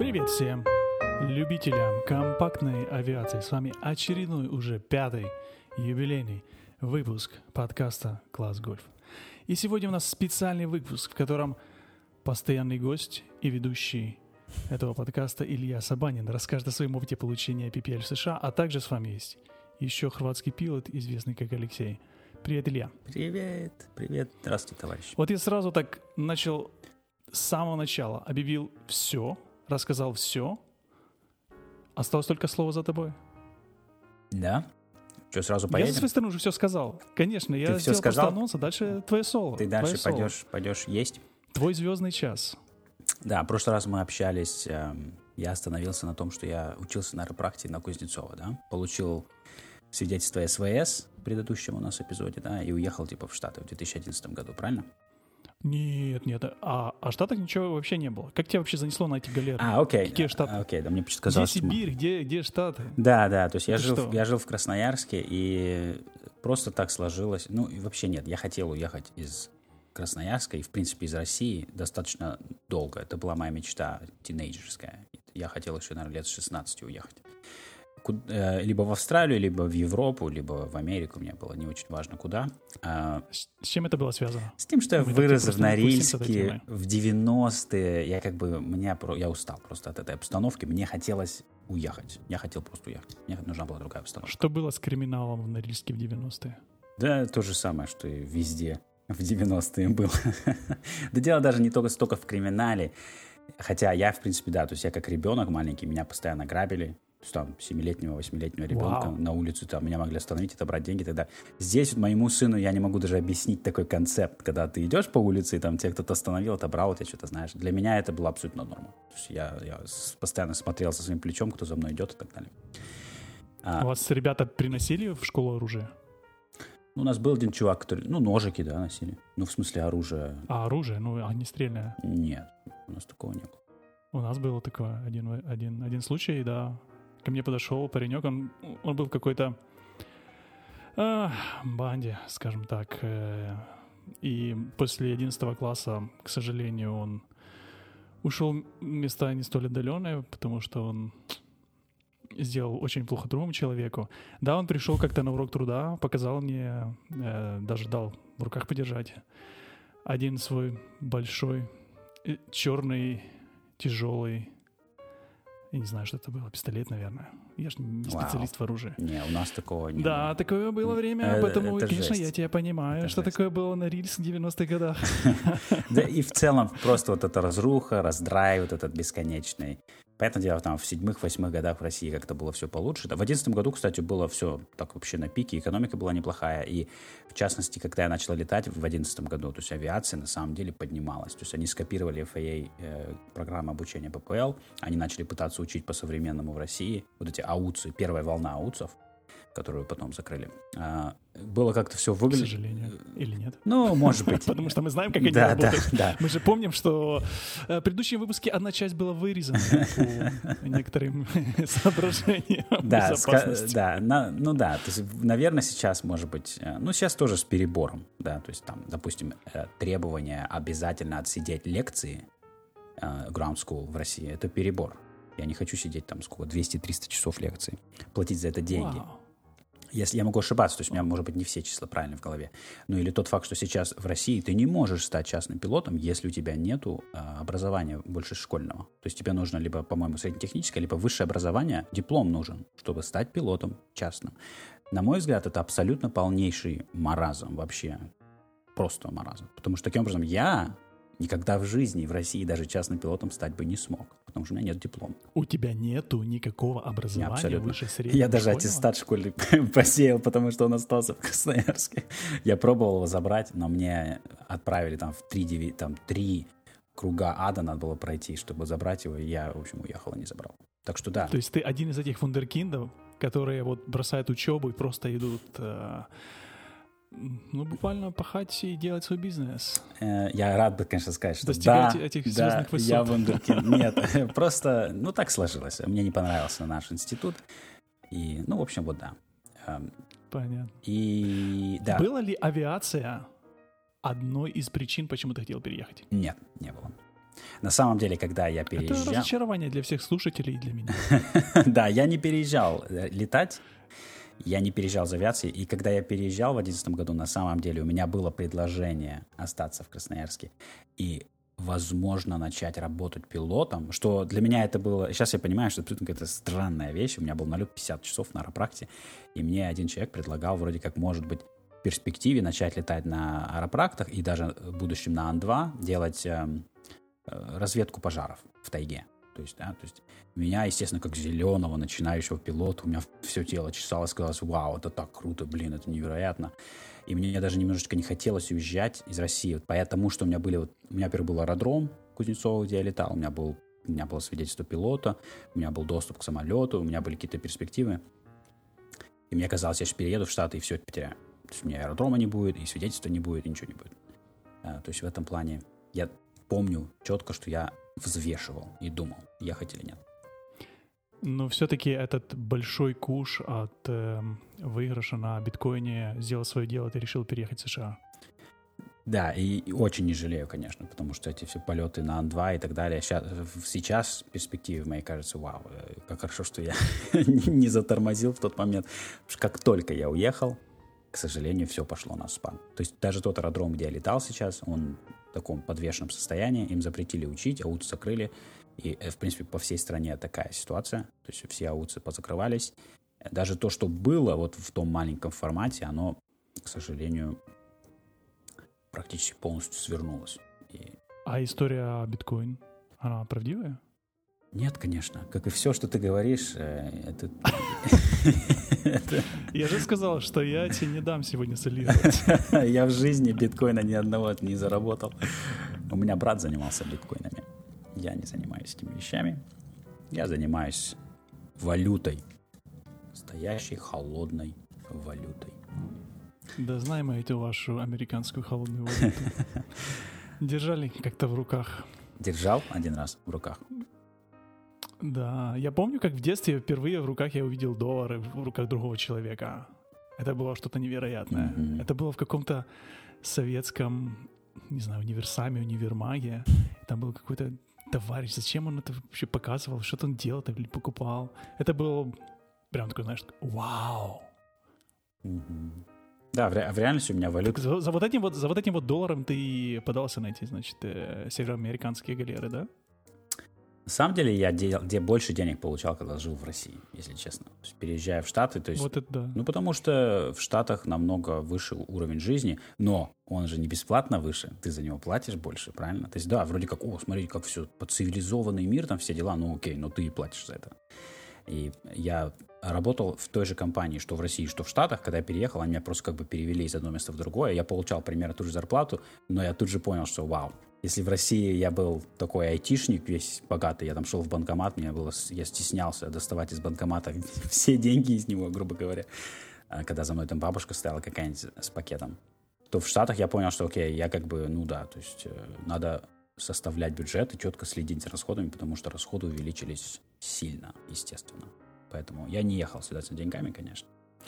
Привет всем любителям компактной авиации. С вами очередной уже 5-й юбилейный выпуск подкаста «Класс Гольф». И сегодня у нас специальный выпуск, в котором постоянный гость и ведущий этого подкаста Илья Сабанин расскажет о своем опыте получения PPL в США, а также с вами есть еще хорватский пилот, известный как Алексей. Привет, Илья. Привет. Здравствуйте, товарищ. Вот я сразу так начал с самого начала, объявил все, рассказал все. Осталось только слово за тобой. Да? Что, сразу поедем? Я со своей стороны уже все сказал. Конечно, я все сделал сказал? просто анонс, а дальше твое соло. Ты дальше Твое соло. пойдешь есть? Твой звездный час. Да, в прошлый раз мы общались, я остановился на том, что я учился на аэропрактике на Кузнецова, да? Получил свидетельство СВС в предыдущем у нас эпизоде, да, и уехал типа в Штаты в 2011 году, правильно? Нет, а Штатах ничего вообще не было. Как тебя вообще занесло на эти галеры? Окей. Какие Штаты? Окей, да, мне Где казалось, Сибирь, где Штаты? Да, то есть я Ты жил в Красноярске, и просто так сложилось. Ну, и вообще нет, я хотел уехать из Красноярска и, в принципе, из России достаточно долго. Это была моя мечта тинейджерская. Я хотел еще, наверное, лет с 16 уехать. Либо в Австралию, либо в Европу, либо в Америку. Мне было не очень важно, куда. С чем это было связано? С тем, что я вырос в Норильске в в 90-е. Я устал просто от этой обстановки. Мне хотелось уехать. Я хотел просто уехать. Мне нужна была другая обстановка. Что было с криминалом в Норильске в 90-е? Да, то же самое, что и везде в 90-е было. Да дело даже не только столько в криминале. Хотя я, в принципе, да, то есть я как ребенок маленький, меня постоянно грабили. То есть там 7-летнего, 8-летнего ребенка на улицу, там меня могли остановить, отобрать деньги тогда. Здесь вот моему сыну я не могу даже объяснить такой концепт, когда ты идешь по улице, и там тебя кто-то остановил, отобрал, у тебя что-то знаешь. Для меня это было абсолютно норма. То есть я постоянно смотрел со своим плечом, кто за мной идет и так далее. У вас ребята приносили в школу оружие? Ну, у нас был один чувак, который, ножики, да, носили. Ну, в смысле оружие. А оружие? Огнестрельное? Нет, у нас такого не было. У нас было такое, один случай, да. Ко мне подошел паренек, он был в какой-то банде, скажем так. И после 11 класса, к сожалению, он ушел в места не столь отдаленные, потому что он сделал очень плохо другому человеку. Да, он пришел как-то на урок труда, показал мне, даже дал в руках подержать один свой большой, черный, тяжелый, я не знаю, что это было, пистолет, наверное. Я же не специалист в оружии. Не, у нас такого не было. Да, такое было время, поэтому, это конечно, жесть. я тебя понимаю, Это что жесть. такое было на Норильске в 90-х годах. Да и в целом просто вот эта разруха, раздрай вот этот бесконечный. Понятное дело, там в 7-8 годах в России как-то было все получше. В 11 году, кстати, было все так вообще на пике, экономика была неплохая. И в частности, когда я начал летать в 11 году, то есть авиация на самом деле поднималась. То есть они скопировали FAA программу обучения ППЛ, они начали пытаться учить по-современному в России. Вот эти АУЦы, первая волна АУЦов, которую потом закрыли. Было как-то все К выглядит... сожалению. Или нет? Ну, может быть. Потому что мы знаем, как они работают. Да. Мы же помним, что в предыдущем выпуске одна часть была вырезана по некоторым соображениям безопасности. То есть, наверное, сейчас, может быть, сейчас тоже с перебором, да, то есть там, допустим, требование обязательно отсидеть лекции Ground School в России, это перебор. Я не хочу сидеть там, 200-300 часов лекций, платить за это деньги. Вау. Если я могу ошибаться, то есть у меня, может быть, не все числа правильно в голове. Ну или тот факт, что сейчас в России ты не можешь стать частным пилотом, если у тебя нету образования больше школьного. То есть тебе нужно либо, по-моему, среднетехническое, либо высшее образование, диплом нужен, чтобы стать пилотом частным. На мой взгляд, это абсолютно полнейший маразм вообще. Просто маразм. Потому что таким образом я никогда в жизни в России даже частным пилотом стать бы не смог, потому что у меня нет диплома. У тебя нету никакого образования Абсолютно. выше среднего? Я даже школьного? аттестат школьный посеял, потому что он остался в Красноярске. Я пробовал его забрать, но мне отправили там в 3 круга ада надо было пройти, чтобы забрать его, и я, в общем, уехал и не забрал. Так что да. То есть ты один из этих вундеркиндов, которые вот бросают учебу и просто идут... буквально пахать и делать свой бизнес. Я рад бы, конечно, сказать, что достигать этих звездных высот. я вундеркинд. Нет, просто, так сложилось. Мне не понравился наш институт. И, в общем, вот да. Понятно. И, да. Была ли авиация одной из причин, почему ты хотел переехать? Нет, не было. На самом деле, когда я переезжал... Это разочарование для всех слушателей и для меня. Да, я не переезжал летать, я не переезжал за авиацией, и когда я переезжал в 2011 году, на самом деле у меня было предложение остаться в Красноярске и, возможно, начать работать пилотом, что для меня это было... Сейчас я понимаю, что это абсолютно какая-то странная вещь. У меня был налет 50 часов на аэропракте, и мне один человек предлагал вроде как, может быть, в перспективе начать летать на аэропрактах и даже в будущем на Ан-2 делать разведку пожаров в тайге. То есть меня, естественно, как зеленого начинающего пилота, у меня все тело чесалось, казалось, вау, это так круто, блин, это невероятно. И мне даже немножечко не хотелось уезжать из России, потому что у меня, во-первых, был аэродром Кузнецова, где я летал, у меня было свидетельство пилота, у меня был доступ к самолету, у меня были какие-то перспективы. И мне казалось, я сейчас перееду в Штаты и все это потеряю. То есть у меня аэродрома не будет, и свидетельства не будет, и ничего не будет. То есть в этом плане я помню четко, что я взвешивал и думал, ехать или нет. Но все-таки этот большой куш от выигрыша на биткоине сделал свое дело, ты решил переехать в США. Да, и очень не жалею, конечно, потому что эти все полеты на Ан-2 и так далее. Сейчас в перспективе моей кажется, вау, как хорошо, что я не затормозил в тот момент. Потому что как только я уехал, к сожалению, все пошло на спад. То есть даже тот аэродром, где я летал сейчас, он в таком подвешенном состоянии, им запретили учить, АУЦ закрыли. И, в принципе, по всей стране такая ситуация. То есть все АУЦы позакрывались. Даже то, что было вот в том маленьком формате, оно, к сожалению, практически полностью свернулось. А история биткоин, она правдивая? Нет, конечно. Как и все, что ты говоришь, это... Я же сказал, что я тебе не дам сегодня солировать. Я в жизни биткоина ни одного не заработал. У меня брат занимался биткоинами. Я не занимаюсь этими вещами. Я занимаюсь валютой. Настоящей холодной валютой. Да знаем мы эту вашу американскую холодную валюту. Держали как-то в руках. Держал один раз в руках. Да, я помню, как в детстве впервые в руках я увидел доллары в руках другого человека. Это было что-то невероятное. Mm-hmm. Это было в каком-то советском, не знаю, универмаге. Там был какой-то товарищ. Зачем он это вообще показывал? Что-то он делал или покупал? Это было прям такой, знаешь, вау. Mm-hmm. Да, в реальности у меня валюта... За вот этим вот долларом ты подался на эти, значит, североамериканские галеры, да? На самом деле я больше денег получал, когда жил в России, если честно. То есть, переезжая в Штаты, то есть... Вот это да. Ну, потому что в Штатах намного выше уровень жизни, но он же не бесплатно выше, ты за него платишь больше, правильно? То есть, да, вроде как, смотрите, как все, цивилизованный мир, там все дела, ну окей, но ты и платишь за это. И я работал в той же компании, что в России, что в Штатах. Когда я переехал, они меня просто как бы перевели из одного места в другое. Я получал примерно ту же зарплату, но я тут же понял, что вау. Если в России я был такой айтишник весь богатый, я там шел в банкомат, я стеснялся доставать из банкомата все деньги из него, грубо говоря, когда за мной там бабушка стояла какая-нибудь с пакетом, то в Штатах я понял, что окей, я как бы, ну да, то есть надо составлять бюджет и четко следить за расходами, потому что расходы увеличились сильно, естественно. Поэтому я не ехал сюда за деньгами, конечно.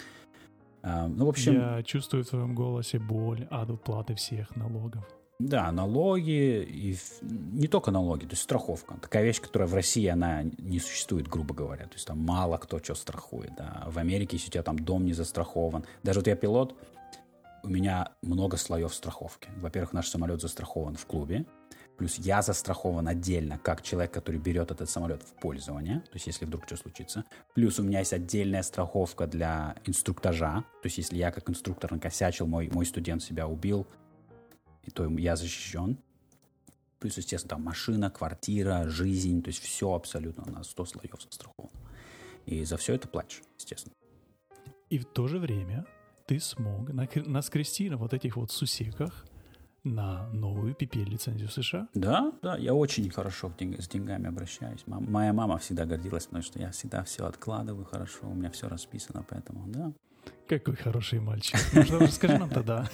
Ну, в общем... Я чувствую в твоем голосе боль от уплаты всех налогов. Да, налоги, и не только налоги, то есть страховка. Такая вещь, которая в России, она не существует, грубо говоря. То есть там мало кто что страхует. Да. В Америке, если у тебя там дом не застрахован. Даже вот я пилот, у меня много слоев страховки. Во-первых, наш самолет застрахован в клубе. Плюс я застрахован отдельно, как человек, который берет этот самолет в пользование. То есть если вдруг что случится. Плюс у меня есть отдельная страховка для инструктажа. То есть если я как инструктор накосячил, мой студент себя убил, и то я защищен. Плюс, естественно, там машина, квартира, жизнь. То есть все абсолютно на 100 слоев застраховано. И за все это платишь, естественно. И в то же время ты смог наскрести на вот этих вот сусеках на новую PPL-лицензию США. Да, я очень хорошо с деньгами обращаюсь. Моя мама всегда гордилась, потому что я всегда все откладываю хорошо, у меня все расписано, поэтому, да. Какой хороший мальчик. Может, расскажи нам тогда.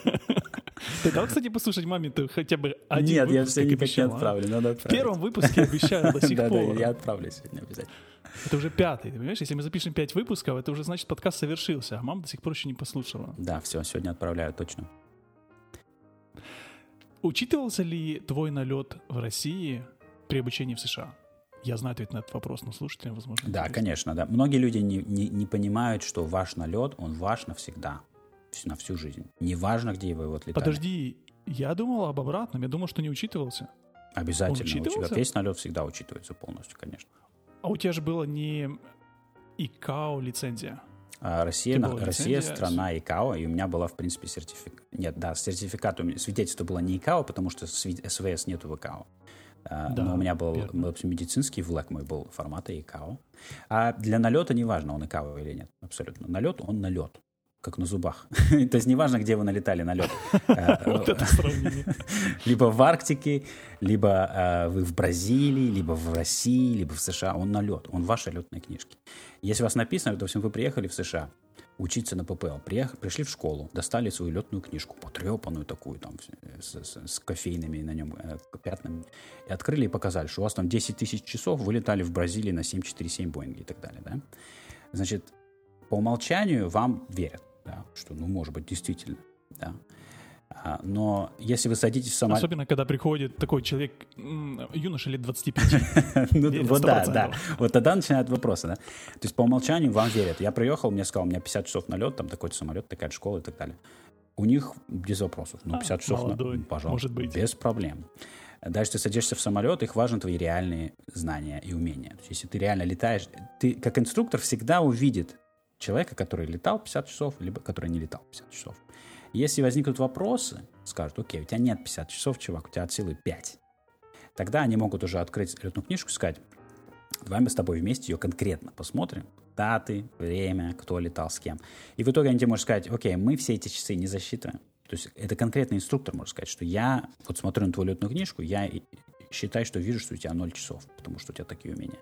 Ты дал, кстати, послушать маме хотя бы один Нет, выпуск? Нет, я все никак не отправлю, надо отправить. В первом выпуске обещаю до сих пор. Да, я отправлю сегодня обязательно. Это уже 5-й, ты понимаешь? Если мы запишем 5 выпусков, это уже значит подкаст совершился, а мама до сих пор еще не послушала. Да, все, сегодня отправляю, точно. Учитывался ли твой налет в России при обучении в США? Я знаю ответ на этот вопрос, но слушателям, возможно, Да, интересно. конечно, да. Многие люди не понимают, что ваш налет, он ваш навсегда, на всю жизнь. Неважно, где вы его отлетали. Подожди, я думал об обратном, я думал, что не учитывался. Обязательно. Он учитывался? У тебя весь налет всегда учитывается полностью, конечно. А у тебя же было не ИКАО лицензия. Россия страна ИКАО, и у меня была, в принципе, сертификат. Нет, да, сертификат, свидетельство было не ИКАО, потому что СВС нету в ИКАО. Да, но у меня был медицинский ВЛЭК, мой был формата ИКАО. А для налета не важно, он ИКАО или нет, абсолютно. Налет, он налет, как на зубах. То есть не важно, где вы налетали налет. Вот это сравнение. Либо в Арктике, либо вы в Бразилии, либо в России, либо в США. Он налет, он в вашей летной книжке. Если у вас написано, допустим, вы приехали в США учиться на ППЛ, пришли в школу, достали свою летную книжку, потрепанную такую, там, с кофейными на нем пятнами, и открыли и показали, что у вас там 10 тысяч часов, вы летали в Бразилии на 747 Боинге и так далее, да? Значит, по умолчанию вам верят, да, что, может быть, действительно, да. Но если вы садитесь в самолет... Особенно, когда приходит такой человек, юноша лет 25. Вот да. Вот тогда начинают вопросы, да. То есть по умолчанию вам верят. Я приехал, мне сказал, у меня 50 часов налет, там такой-то самолет, такая школа и так далее. У них без вопросов. 50 часов, пожалуйста, может быть. Без проблем. Дальше ты садишься в самолет, их важны твои реальные знания и умения. То есть если ты реально летаешь, ты как инструктор всегда увидит человека, который летал 50 часов, либо который не летал 50 часов. Если возникнут вопросы, скажут, окей, у тебя нет 50 часов, чувак, у тебя от силы 5. Тогда они могут уже открыть летную книжку и сказать, давай мы с тобой вместе ее конкретно посмотрим. Даты, время, кто летал с кем. И в итоге они тебе могут сказать, окей, мы все эти часы не засчитываем. То есть это конкретный инструктор может сказать, что я вот смотрю на твою летную книжку, я считаю, что вижу, что у тебя 0 часов, потому что у тебя такие умения.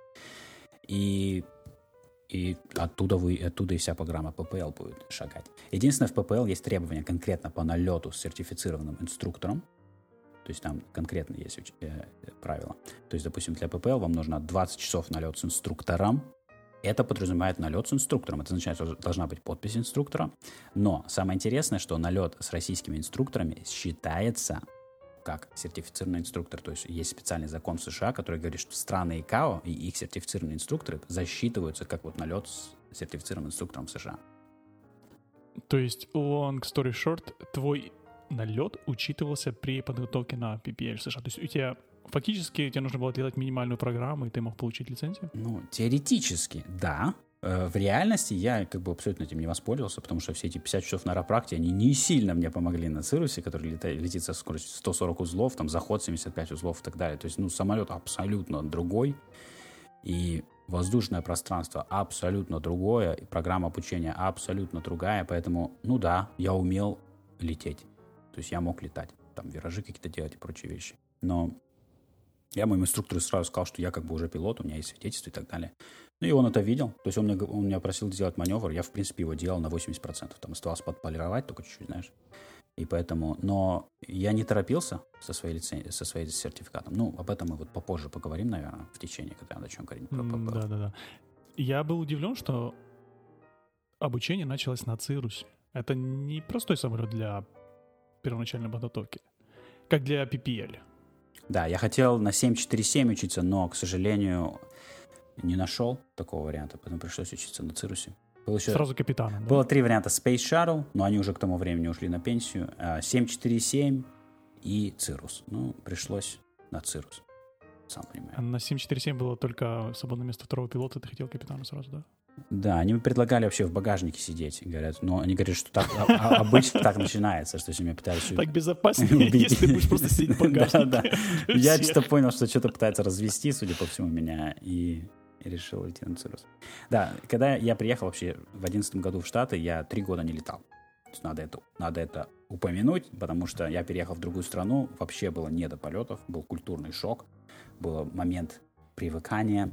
И оттуда и вся программа ППЛ будет шагать. Единственное, в ППЛ есть требования конкретно по налету с сертифицированным инструктором. То есть там конкретно есть правила. То есть, допустим, для ППЛ вам нужно 20 часов налет с инструктором. Это подразумевает налет с инструктором. Это означает, что должна быть подпись инструктора. Но самое интересное, что налет с российскими инструкторами считается как сертифицированный инструктор. То есть есть специальный закон в США, который говорит, что страны ИКАО и их сертифицированные инструкторы засчитываются как вот налет с сертифицированным инструктором в США. То есть, long story short, твой налет учитывался при подготовке на PPL в США. То есть у тебя фактически тебе нужно было делать минимальную программу, и ты мог получить лицензию? Теоретически, да. В реальности я абсолютно этим не воспользовался, потому что все эти 50 часов на аэропракте, они не сильно мне помогли на Цирусе, который летит со скоростью 140 узлов, там заход 75 узлов и так далее. То есть, самолет абсолютно другой, и воздушное пространство абсолютно другое, и программа обучения абсолютно другая, поэтому, я умел лететь. То есть я мог летать, там виражи какие-то делать и прочие вещи. Но я моему инструктору сразу сказал, что я уже пилот, у меня есть свидетельство и так далее. И он это видел. То есть он меня просил сделать маневр. Я, в принципе, его делал на 80%. Там оставалось подполировать только чуть-чуть, знаешь. И поэтому... Но я не торопился со своей сертификатом. Об этом мы попозже поговорим, наверное, в течение, когда я начнем говорить про ППЛ. Да. Я был удивлен, что обучение началось на Цирусе. Это не простой самолет для первоначальной подготовки, как для PPL. Да, я хотел на 747 учиться, но, к сожалению, не нашел такого варианта, поэтому пришлось учиться на Цирусе. Сразу капитаном, да? Было 3 варианта: Space Shuttle, но они уже к тому времени ушли на пенсию, 747 и Цирус. Пришлось на Цирус, сам понимаю. А на 747 было только свободное место второго пилота, ты хотел капитана сразу, да? Да, они предлагали вообще в багажнике сидеть, говорят, но они говорят, что так обычно так начинается, что если меня пытаются... Так безопаснее, если ты будешь просто сидеть в багажнике. Да. Я что-то понял, что что-то пытается развести, судя по всему, меня, и решил идти на Цирус. Да, когда я приехал вообще в 2011 году в Штаты, я 3 года не летал. Надо это упомянуть, потому что я переехал в другую страну, вообще было не до полетов, был культурный шок, был момент привыкания,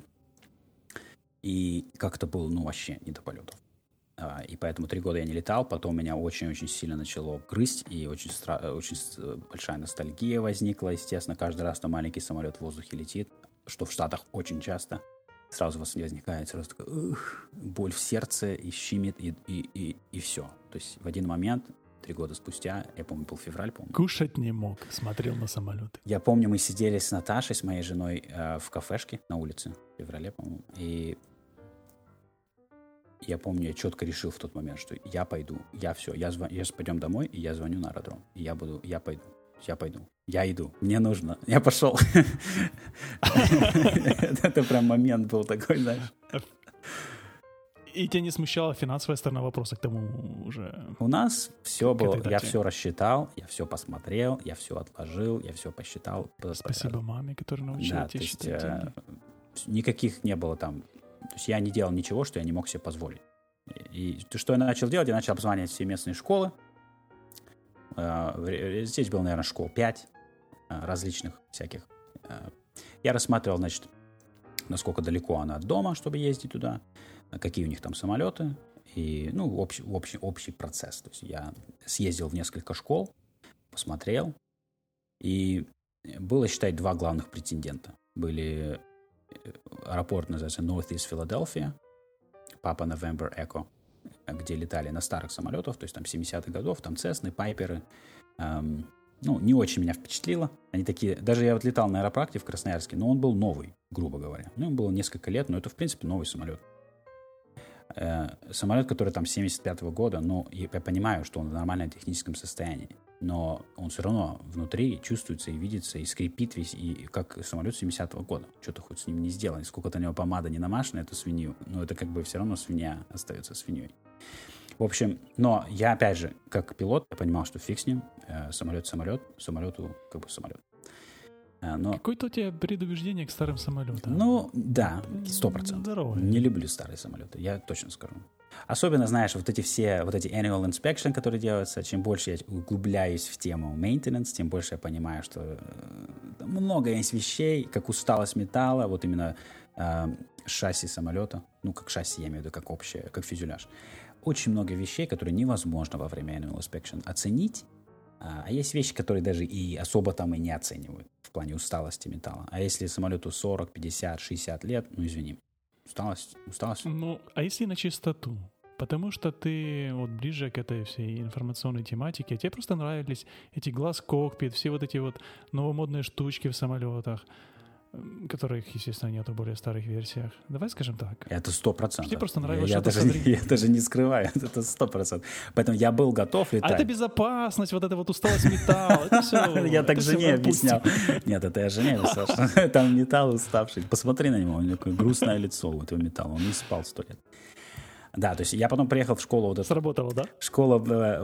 и как-то было, вообще не до полетов. И поэтому 3 года я не летал, потом меня очень-очень сильно начало грызть, и очень большая ностальгия возникла, естественно, каждый раз там маленький самолет в воздухе летит, что в Штатах очень часто. Сразу у вас возникает сразу такая боль в сердце, и щемит, и все. То есть в один момент 3 года спустя, я помню, был февраль, помню. Кушать не мог, смотрел на самолеты. Я помню, мы сидели с Наташей, с моей женой, в кафешке на улице в феврале, по-моему, и я помню, я четко решил в тот момент, что я пойду, я пойдем домой, и я звоню на аэродром, и я пойду, я иду, мне нужно, я пошел. Это прям момент был такой, знаешь. И тебя не смущала финансовая сторона вопроса к тому уже? У нас все было, я все рассчитал, я все посмотрел, я все отложил, я все посчитал. Спасибо маме, которая научила тебя считать деньги. Никаких не было там. То есть я не делал ничего, что я не мог себе позволить. И что я начал делать? Я начал обзванивать все местные школы. Здесь было, наверное, школ 5 различных всяких. Я рассматривал, значит, насколько далеко она от дома, чтобы ездить туда, какие у них там самолеты, и, ну, общий процесс. То есть я съездил в несколько школ, посмотрел, и было, считай, 2 главных претендента. Были аэропорт, называется Northeast Philadelphia, Papa November Echo, где летали на старых самолетах, то есть там 70-х годов, там Цесны, Пайперы. Ну, не очень меня впечатлило. Они такие... Даже я вот летал на аэропракте в Красноярске, но он был новый, грубо говоря. Ну, ему было несколько лет, но это, в принципе, новый самолет. Самолет, который там 75-го года, ну, я понимаю, что он в нормальном техническом состоянии, но он все равно внутри чувствуется и видится, и скрипит весь, и как самолет 70-го года. Что-то хоть с ним не сделано. Сколько-то на него помада не намашена, эту свинью, но это как бы все равно свинья остается свиньей. В общем, но я, опять же, как пилот, я понимал, что фиг с ним, самолету как бы самолет. Но... Какое-то у тебя предубеждение к старым самолетам. Ну, да, 100%. Здорово. Не люблю старые самолеты, я точно скажу. Особенно, знаешь, вот эти annual inspection, которые делаются, чем больше я углубляюсь в тему maintenance, тем больше я понимаю, что много есть вещей, как усталость металла, вот именно шасси самолета, ну, как шасси, я имею в виду, как общее, как фюзеляж. Очень много вещей, которые невозможно во время annual inspection оценить, а есть вещи, которые даже и особо там и не оценивают в плане усталости металла. А если самолету 40, 50, 60 лет, ну, извини, усталость. Ну, а если на чистоту? Потому что ты вот ближе к этой всей информационной тематике, тебе просто нравились эти глаз-кокпит, все вот эти вот новомодные штучки в самолетах, которых, естественно, нет в более старых версиях. Давай скажем так. Это 100%. Тебе просто нравилось я даже не скрываю, это 100%. Поэтому я был готов летать. А это безопасность, вот эта вот усталость металла, это все. Я так жене объяснял. Нет, это я жене объяснял. Там металл уставший. Посмотри на него, у него такое грустное лицо у этого металла. Он не спал 100 лет. Да, то есть я потом приехал в школу. Сработало, да? Школа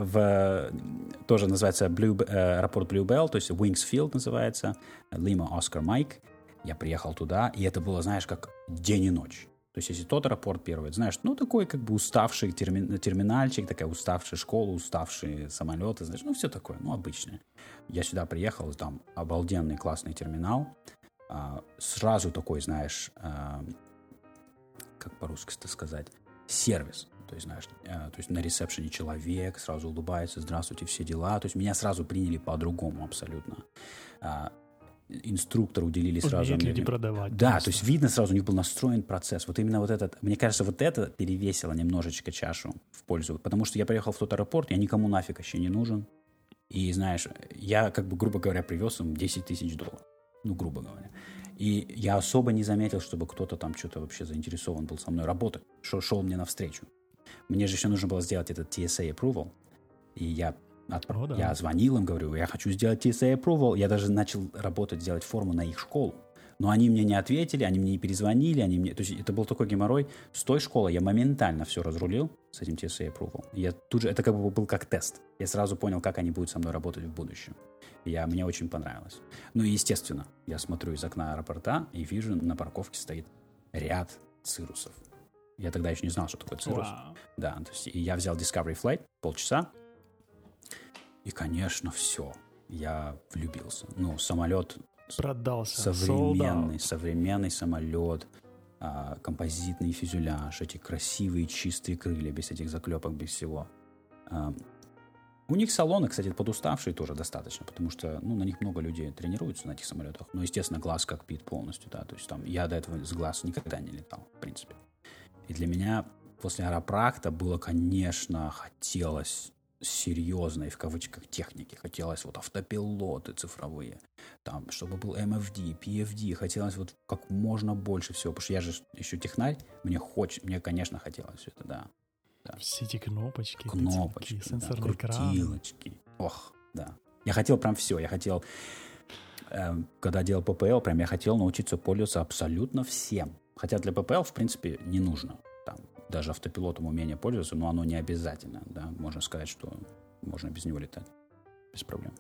тоже называется аэропорт Blue Bell, то есть Wings Field называется, Lima Oscar Mike. Я приехал туда, и это было, знаешь, как день и ночь. То есть если тот аэропорт первый, знаешь, ну такой как бы уставший терминальчик, такая уставшая школа, уставшие самолеты, знаешь, ну все такое, ну обычное. Я сюда приехал, там обалденный классный терминал, сразу такой, знаешь, как по-русски это сказать, сервис. То есть, знаешь, то есть на ресепшене человек сразу улыбается, здравствуйте, все дела. То есть меня сразу приняли по-другому абсолютно. Инструктору уделили сразу... Умеют люди продавать. Да, просто. То есть видно сразу, у них был настроен процесс. Вот именно вот этот... Мне кажется, вот это перевесило немножечко чашу в пользу. Потому что я приехал в тот аэропорт, я никому нафиг вообще не нужен. И, знаешь, я, как бы, грубо говоря, привез им $10 000. Ну, грубо говоря. И я особо не заметил, чтобы кто-то там что-то вообще заинтересован был со мной работать. Шел мне навстречу. Мне же еще нужно было сделать этот TSA approval. И я звонил им, говорю, я хочу сделать TSA approval. Я даже начал работать, делать форму на их школу. Но они мне не ответили, они мне не перезвонили. То есть это был такой геморрой. С той школы я моментально все разрулил с этим TSA approval. Я тут же, это как бы был как тест. Я сразу понял, как они будут со мной работать в будущем. Мне очень понравилось. Ну и, естественно, я смотрю из окна аэропорта и вижу, на парковке стоит ряд цирусов. Я тогда еще не знал, что такое цирус. Wow. Да, то есть и я взял Discovery Flight, полчаса. И, конечно, все. Я влюбился. Ну, самолет... Продался. Современный самолет, композитный фюзеляж, эти красивые чистые крылья, без этих заклепок, без всего. У них салоны, кстати, подуставшие тоже достаточно, потому что, ну, на них много людей тренируются, на этих самолетах. Но, естественно, глаз кокпит полностью, да. То есть там я до этого с глаз никогда не летал, в принципе. И для меня после аэропракта было, конечно, хотелось серьезной, в кавычках, техники. Хотелось вот автопилоты цифровые, там, чтобы был MFD, PFD, хотелось вот как можно больше всего, потому что я же еще технарь, мне, конечно, хотелось все это, да. Все эти кнопочки, сенсорные крутилочки. Ох, да. Я хотел прям все, я хотел, когда делал PPL, прям я хотел научиться пользоваться абсолютно всем. Хотя для PPL, в принципе, не нужно. Там, даже автопилотом умение пользоваться, но оно не обязательно, да. Можно сказать, что можно без него летать. Без проблем.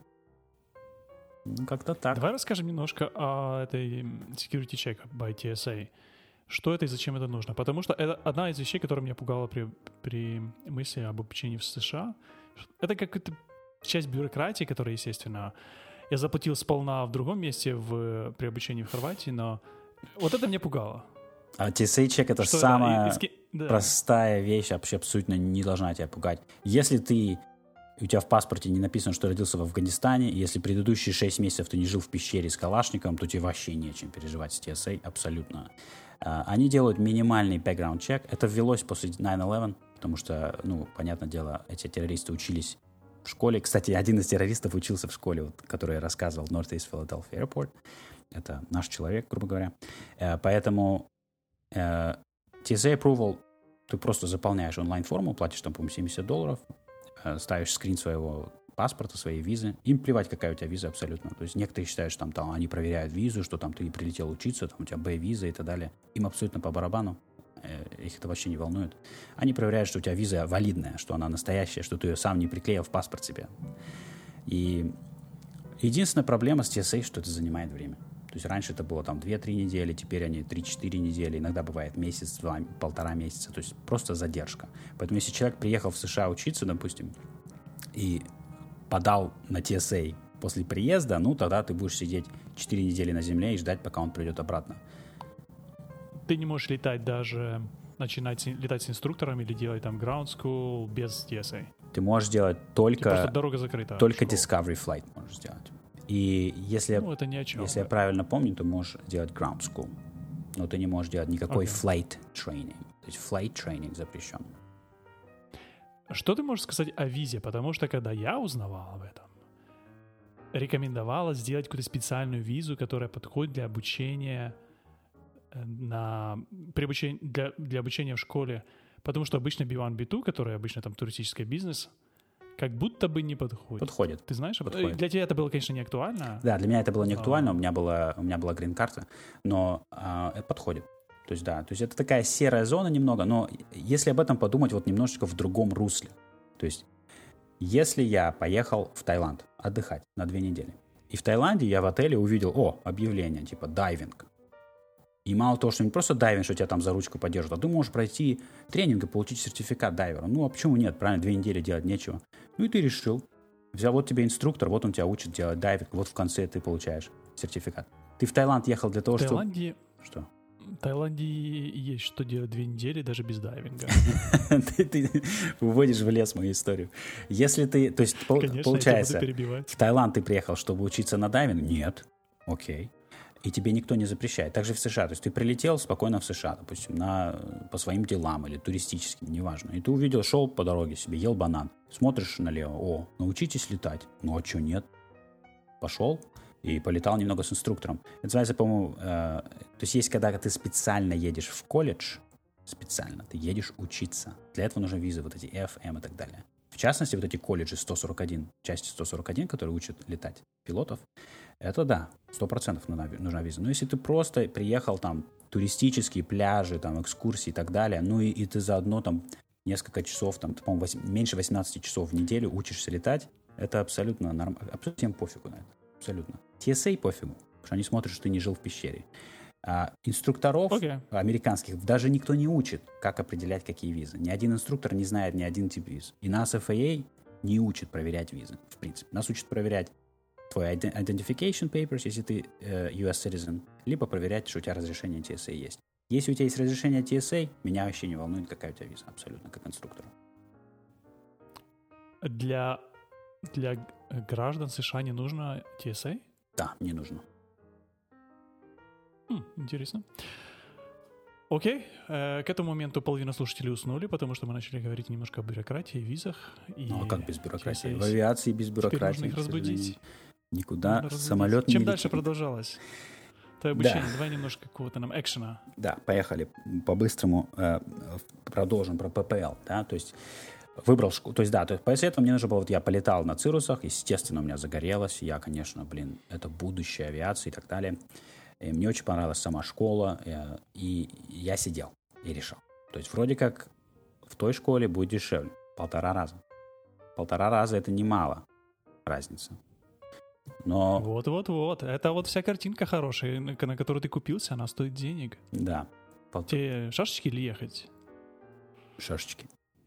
Ну, как-то так. Давай расскажем немножко о этой security check by TSA. Что это и зачем это нужно? Потому что это одна из вещей, которая меня пугала при мысли об обучении в США. Это какая-то часть бюрократии, которая, естественно, я заплатил сполна в другом месте при обучении в Хорватии, но вот это меня пугало. А TSA-чек — это самая простая вещь, вообще абсолютно не должна тебя пугать. Если у тебя в паспорте не написано, что родился в Афганистане, если предыдущие 6 месяцев ты не жил в пещере с калашником, то тебе вообще нечем переживать с TSA, абсолютно. Они делают минимальный background check. Это ввелось после 9/11, потому что, понятное дело, эти террористы учились в школе. Кстати, один из террористов учился в школе, вот, который я рассказывал, в Northeast Philadelphia Airport. Это наш человек, грубо говоря. Поэтому TSA approval, ты просто заполняешь онлайн-форму, платишь там, по-моему, $70, ставишь скрин своего паспорта, своей визы. Им плевать, какая у тебя виза абсолютно. То есть некоторые считают, что там они проверяют визу, что там ты прилетел учиться, там у тебя Б-виза и так далее. Им абсолютно по барабану. Их это вообще не волнует. Они проверяют, что у тебя виза валидная, что она настоящая, что ты ее сам не приклеил в паспорт себе. И единственная проблема с TSA, что это занимает время. То есть раньше это было там 2-3 недели, теперь они 3-4 недели, иногда бывает месяц, 1,5 месяца. То есть просто задержка. Поэтому если человек приехал в США учиться, допустим, и подал на TSA после приезда, тогда ты будешь сидеть 4 недели на земле и ждать, пока он придет обратно. Ты не можешь летать даже, начинать летать с инструктором или делать там ground school без TSA. Ты можешь делать только... Просто дорога закрыта. Только Discovery Flight можешь сделать. И если, это ни о чем, если я правильно помню, ты можешь делать ground school. Но ты не можешь делать никакой flight training. То есть flight training запрещен. Что ты можешь сказать о визе? Потому что, когда я узнавал об этом, рекомендовалось сделать какую-то специальную визу, которая подходит для обучения для обучения в школе. Потому что обычно B1, B2, который обычно там туристический бизнес, как будто бы не подходит. Подходит. Ты знаешь? Подходит. Для тебя это было, конечно, не актуально. Да, для меня это было не актуально. У меня была грин-карта, но это подходит. То есть, да, то есть это такая серая зона немного, но если об этом подумать вот немножечко в другом русле. То есть если я поехал в Таиланд отдыхать на 2 недели, и в Таиланде я в отеле увидел, объявление типа дайвинг. И мало того, что не просто дайвинг, что тебя там за ручку поддержат, а ты можешь пройти тренинг и получить сертификат дайвера. А почему нет? Правильно, 2 недели делать нечего. И ты решил. Взял, вот тебе инструктор, вот он тебя учит делать дайвинг, вот в конце ты получаешь сертификат. Ты в Таиланд ехал для того, чтобы... Что? В Таиланде есть что делать 2 недели даже без дайвинга. Ты уводишь в лес мою историю. Если ты... То есть, получается, в Таиланд ты приехал, чтобы учиться на дайвинг? Нет. Окей. И тебе никто не запрещает. Также в США. То есть ты прилетел спокойно в США, допустим, по своим делам или туристическим, неважно. И ты увидел, шел по дороге себе, ел банан. Смотришь налево, научитесь летать. А что нет? Пошел и полетал немного с инструктором. Это называется, по-моему, то есть когда ты специально едешь в колледж, специально ты едешь учиться. Для этого нужны визы, вот эти F, M и так далее. В частности, вот эти колледжи 141, части 141, которые учат летать пилотов, это да, 100% нужна виза. Но если ты просто приехал там, туристические пляжи, там, экскурсии и так далее, и ты заодно там несколько часов, там, ты, по-моему, меньше 18 часов в неделю учишься летать, это абсолютно нормально, абсолютно всем пофигу на это, абсолютно. TSA пофигу, потому что они смотрят, что ты не жил в пещере. А инструкторов американских даже никто не учит, как определять, какие визы. Ни один инструктор не знает ни один тип виз. И нас FAA не учит проверять визы, в принципе. Нас учат проверять твой identification papers, если ты US citizen, либо проверять, что у тебя разрешение TSA есть. Если у тебя есть разрешение TSA, меня вообще не волнует, какая у тебя виза, абсолютно, как инструктора. Для граждан США не нужно TSA? Да, не нужно. Интересно. Окей, к этому моменту половина слушателей уснули, потому что мы начали говорить немножко о бюрократии, визах. Ну, а как без бюрократии? В авиации без бюрократии. Теперь нужно их разбудить. Никуда самолет не Чем летит. дальше продолжалось твое обучение? Да. Давай немножко какого-то нам экшена. Да, поехали по-быстрому. Продолжим про ППЛ. Да? То есть выбрал школу. То есть, да, после этого мне нужно было... Вот я полетал на Цирусах, естественно, у меня загорелось. Я, конечно, это будущее авиации и так далее. И мне очень понравилась сама школа. И я сидел и решал. То есть, вроде как в той школе будет дешевле. 1,5 раза. 1,5 раза — это немало разница. Но... Вот. Это вот вся картинка хорошая, на которую ты купился, она стоит денег. Да. Тебе шашечки или ехать? Шашечки.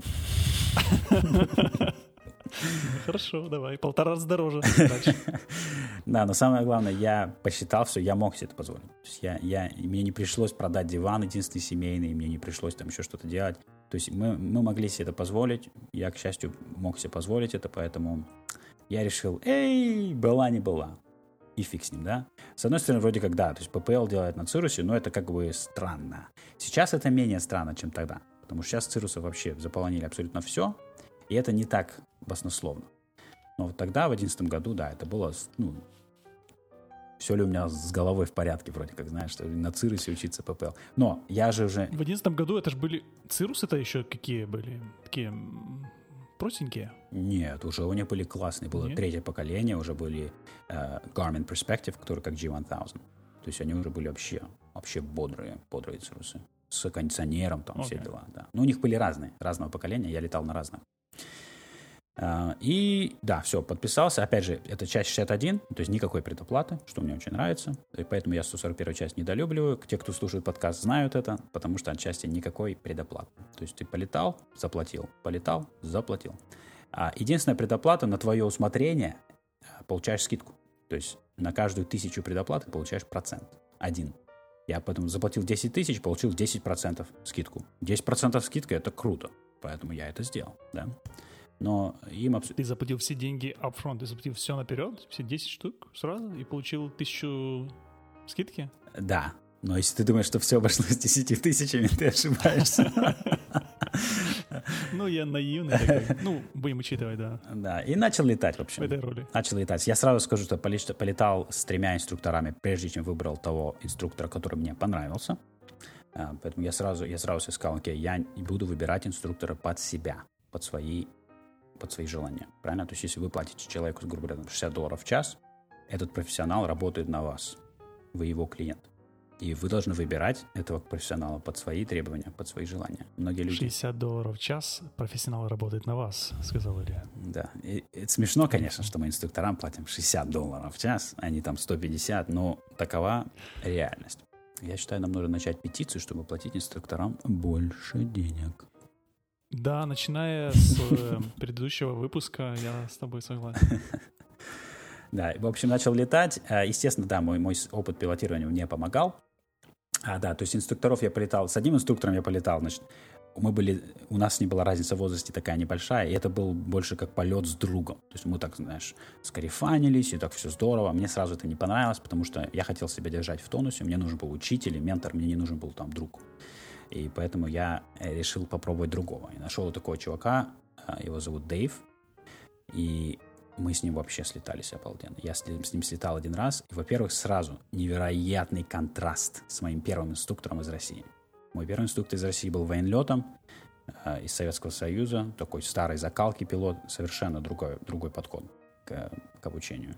Хорошо, давай. 1,5 раза дороже. Да, но самое главное, я посчитал все, я мог себе это позволить. То есть мне не пришлось продать диван единственный семейный, мне не пришлось там еще что-то делать. То есть мы могли себе это позволить. Я, к счастью, мог себе позволить это, поэтому я решил, была не была. И фиг с ним, да? С одной стороны, вроде как, да, то есть ППЛ делает на Цирусе, но это как бы странно. Сейчас это менее странно, чем тогда. Потому что сейчас Цирусы вообще заполонили абсолютно все, и это не так баснословно. Но вот тогда, в 2011 году, да, это было, все ли у меня с головой в порядке, вроде как, знаешь, что на Цирусе учиться ППЛ. Но я же уже... В 2011 году это же были... Цирусы-то еще какие были? Такие простенькие? Нет, уже у них были классные, было третье поколение, уже были Garmin Perspective, которые как G1000. То есть они уже были вообще бодрые Цирусы. С кондиционером, там все дела, да. Но у них были разного поколения, я летал на разных. И да, все, подписался. Опять же, это часть 61, то есть никакой предоплаты, что мне очень нравится. И поэтому я 141 часть недолюбливаю. Те, кто слушает подкаст, знают это, потому что отчасти никакой предоплаты. То есть ты полетал, заплатил. Полетал, заплатил. Единственная предоплата на твое усмотрение получаешь скидку. То есть на каждую 1000 предоплаты получаешь процент. 1. Я потом заплатил 10 тысяч, получил 10% скидку. 10% скидка — это круто, поэтому я это сделал, да. Но им абсолютно... Ты заплатил все деньги upfront, ты заплатил все наперед, все 10 штук сразу и получил 1000 скидки? Да, но если ты думаешь, что все обошлось 10 тысячами, ты ошибаешься. Ну, я наивный такой. Ну, будем учитывать, да. Да, и начал летать, в общем. В этой роли. Начал летать. Я сразу скажу, что полетал с 3 инструкторами, прежде чем выбрал того инструктора, который мне понравился. Поэтому я сразу сказал, окей, я буду выбирать инструктора под себя, под свои желания. Правильно? То есть, если вы платите человеку, грубо говоря, $60 в час, этот профессионал работает на вас. Вы его клиент. И вы должны выбирать этого профессионала под свои требования, под свои желания. Многие люди... $60 в час профессионал работает на вас, сказал Илья. Да. И это смешно, конечно, что мы инструкторам платим $60 в час, а не там 150, но такова реальность. Я считаю, нам нужно начать петицию, чтобы платить инструкторам больше денег. Да, начиная с предыдущего выпуска, я с тобой согласен. Да, в общем, начал летать. Естественно, да, мой опыт пилотирования мне помогал. Да, то есть инструкторов я полетал. С одним инструктором я полетал, значит, у нас не была разница в возрасте такая небольшая, и это был больше как полет с другом. То есть мы так, знаешь, скарифанились, и так все здорово. Мне сразу это не понравилось, потому что я хотел себя держать в тонусе, мне нужен был учитель, ментор, мне не нужен был там друг. И поэтому я решил попробовать другого. И нашел такого чувака, его зовут Дэйв, и мы с ним вообще слетались обалденно. Я с ним слетал один раз, и, во-первых, сразу невероятный контраст с моим первым инструктором из России. Мой первый инструктор из России был военлетом из Советского Союза, такой старой закалки пилот, совершенно другой подход к обучению.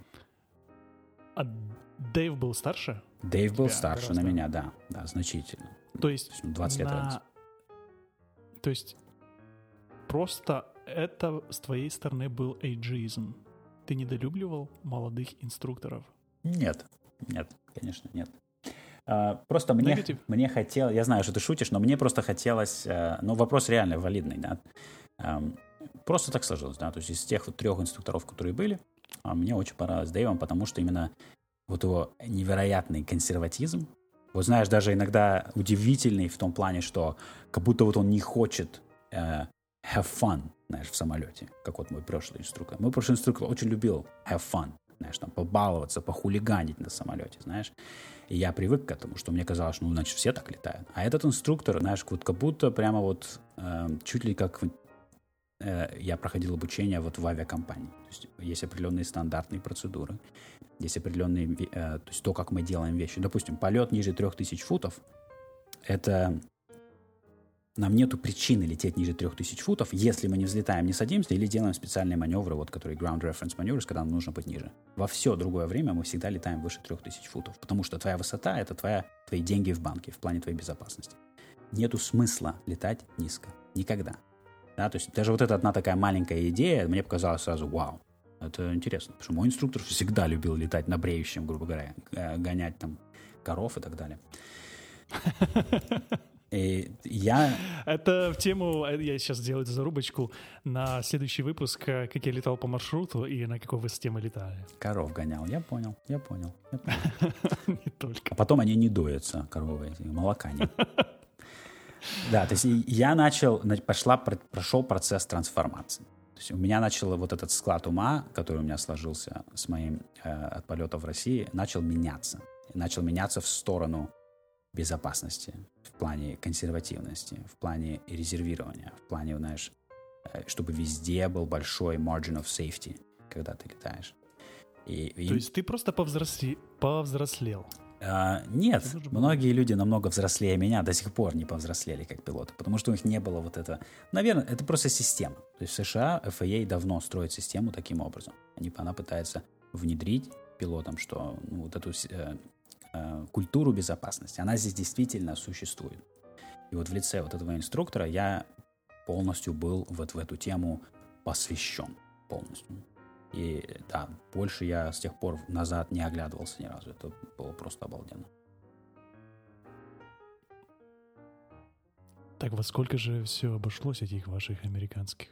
А Дэйв был старше? Дэйв был старше на меня, да, значительно. То есть 20 лет разницы. То есть просто это с твоей стороны был эйджизм. Ты недолюбливал молодых инструкторов? Нет, конечно, нет. Просто мне хотелось, я знаю, что ты шутишь, но мне просто хотелось, вопрос реально валидный, да. Просто так сложилось, да, то есть из тех 3 инструкторов, которые были, мне очень понравилось Дэйвом, потому что именно вот его невероятный консерватизм, вот знаешь, даже иногда удивительный в том плане, что как будто вот он не хочет have fun, знаешь, в самолете, как вот мой прошлый инструктор. Мой прошлый инструктор очень любил have fun, знаешь, там побаловаться, похулиганить на самолете, знаешь. И я привык к этому, что мне казалось, ну, значит, все так летают. А этот инструктор, знаешь, вот как будто прямо вот чуть ли как я проходил обучение вот в авиакомпании. То есть есть определенные стандартные процедуры, есть определенные, то есть то, как мы делаем вещи. Допустим, полет ниже 3000 футов, это нам нету причины лететь ниже 3000 футов, если мы не взлетаем, не садимся или делаем специальные маневры, вот, которые ground reference маневры, когда нам нужно быть ниже. Во все другое время мы всегда летаем выше 3000 футов, потому что твоя высота — это твои деньги в банке, в плане твоей безопасности. Нету смысла летать низко. Никогда. Да, то есть даже вот эта одна такая маленькая идея мне показалась сразу, вау, это интересно, потому что мой инструктор всегда любил летать на бреющем, грубо говоря, гонять там коров и так далее. И Это в тему, я сейчас сделаю зарубочку на следующий выпуск, как я летал по маршруту и на какой высоте мы летали. Коров гонял, я понял. Не только. А потом они не доятся, коровы, молока нет. Да, то есть прошел процесс трансформации. То есть у меня начал вот этот склад ума, который у меня сложился с моим от полета в России, начал меняться. Начал меняться в сторону безопасности, в плане консервативности, в плане резервирования, в плане, знаешь, чтобы везде был большой margin of safety, когда ты летаешь. То есть ты просто повзрослел? Нет, многие люди намного взрослее меня до сих пор не повзрослели как пилоты, потому что у них не было вот этого. Наверное, это просто система. То есть в США FAA давно строит систему таким образом. Она пытается внедрить пилотам, что вот эту культуру безопасности, она здесь действительно существует. И вот в лице вот этого инструктора я полностью был вот в эту тему посвящен полностью. И да, больше я с тех пор назад не оглядывался ни разу. Это было просто обалденно. Так во сколько же все обошлось этих ваших американских?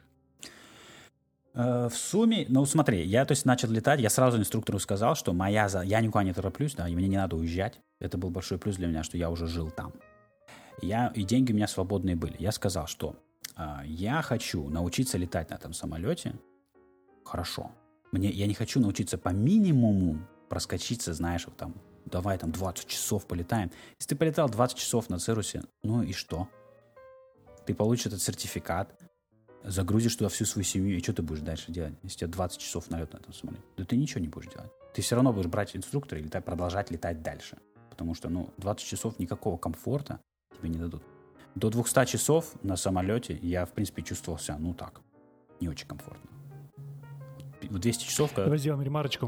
В сумме, ну смотри, я то есть начал летать, я сразу инструктору сказал, что я никуда не тороплюсь, да, и мне не надо уезжать. Это был большой плюс для меня, что я уже жил там. И деньги у меня свободные были. Я сказал, что я хочу научиться летать на этом самолете хорошо. Я не хочу научиться по минимуму проскочиться, знаешь, вот там, давай там 20 часов полетаем. Если ты полетал 20 часов на Цирусе, ну и что? Ты получишь этот сертификат, загрузишь туда всю свою семью, и что ты будешь дальше делать, если у тебя 20 часов налет на этом самолете? Да ты ничего не будешь делать. Ты все равно будешь брать инструктора и продолжать летать дальше. Потому что, 20 часов никакого комфорта тебе не дадут. До 200 часов на самолете я, в принципе, чувствовал себя, так, не очень комфортно. 200 часов... Давай сделаем ремарочку.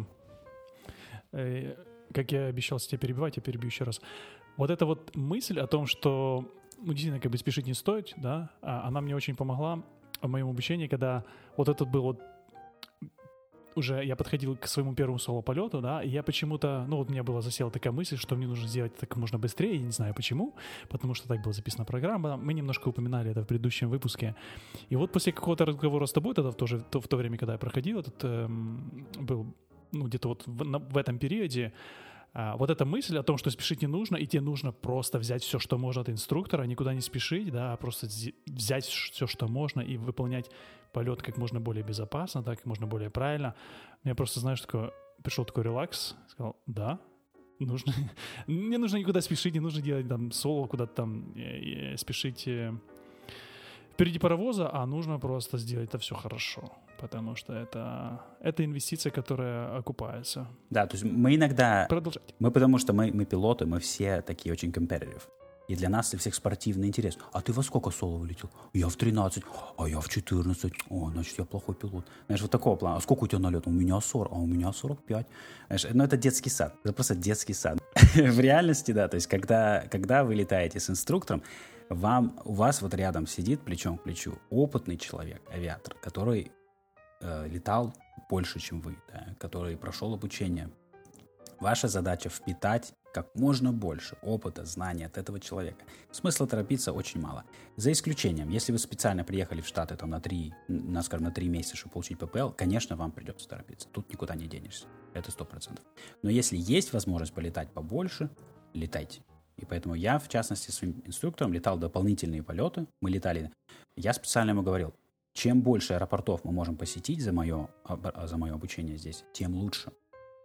Как я обещал тебя перебивать, я перебью еще раз. Вот эта вот мысль о том, что действительно как бы спешить не стоит, да, она мне очень помогла в моем обучении, когда вот этот был вот уже я подходил к своему первому соло-полету, да, и я почему-то, у меня была засела такая мысль, что мне нужно сделать это как можно быстрее, я не знаю почему, потому что так была записана программа, мы немножко упоминали это в предыдущем выпуске, и вот после какого-то разговора с тобой, тогда в то время, когда я проходил этот, был, где-то вот в этом периоде, вот эта мысль о том, что спешить не нужно, и тебе нужно просто взять все, что можно от инструктора, никуда не спешить, да, а просто взять все, что можно, и выполнять полет как можно более безопасно, да, как можно более правильно. Мне просто, знаешь, пришел такой релакс, сказал, да, нужно, не нужно никуда спешить, не нужно делать там соло, куда-то там спешить впереди паровоза, а нужно просто сделать это все хорошо. Потому что это инвестиция, которая окупается. Да, то есть мы иногда... Продолжайте. Потому что мы пилоты, мы все такие очень competitive. И для нас, для всех спортивный интерес. А ты во сколько соло вылетел? Я в 13, а я в 14. О, значит, я плохой пилот. Знаешь, вот такого плана. А сколько у тебя налет? У меня 40, а у меня 45. Знаешь, это детский сад. Это просто детский сад. В реальности, да, то есть когда вы летаете с инструктором, у вас вот рядом сидит плечом к плечу опытный человек, авиатор, который летал больше, чем вы, да, который прошел обучение. Ваша задача впитать как можно больше опыта, знаний от этого человека. Смысла торопиться очень мало. За исключением, если вы специально приехали в Штаты там, на 3 месяца, чтобы получить ППЛ, конечно, вам придется торопиться. Тут никуда не денешься. Это 100%. Но если есть возможность полетать побольше, летайте. И поэтому я, в частности, своим инструктором летал дополнительные полеты. Я специально ему говорил, чем больше аэропортов мы можем посетить за мое обучение здесь, тем лучше.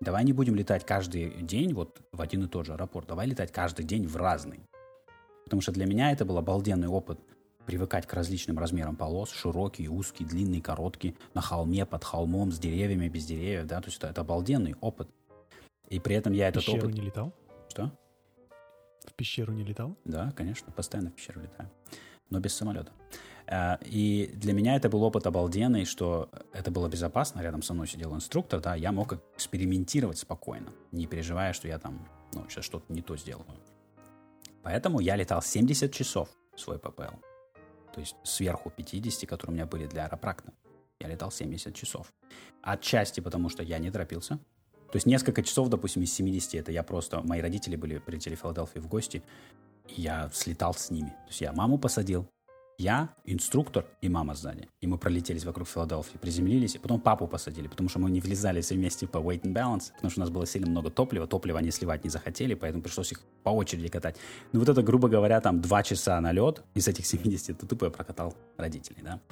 Давай не будем летать каждый день вот в один и тот же аэропорт. Давай летать каждый день в разный. Потому что для меня это был обалденный опыт привыкать к различным размерам полос, широкие, узкие, длинные, короткие, на холме, под холмом, с деревьями, без деревьев, да, то есть это обалденный опыт. И при этом я этот опыт... В пещеру не летал? Что? В пещеру не летал? Да, конечно, постоянно в пещеру летаю, но без самолета. И для меня это был опыт обалденный, что это было безопасно, рядом со мной сидел инструктор, да, я мог экспериментировать спокойно, не переживая, что я там, сейчас что-то не то сделаю. Поэтому я летал 70 часов в свой ППЛ. То есть сверху 50, которые у меня были для аэропракта. Я летал 70 часов. Отчасти потому, что я не торопился. То есть несколько часов, допустим, из 70, это я просто... Мои родители прилетели в Филадельфию в гости, и я слетал с ними. То есть я маму посадил, я, инструктор и мама сзади. И мы пролетелись вокруг Филадельфии, приземлились, и потом папу посадили, потому что мы не влезали все вместе по weight and balance, потому что у нас было сильно много топлива, топливо они сливать не захотели, поэтому пришлось их по очереди катать. Ну вот это, грубо говоря, там 2 часа на лед из этих 70, это тупо я прокатал родителей, да.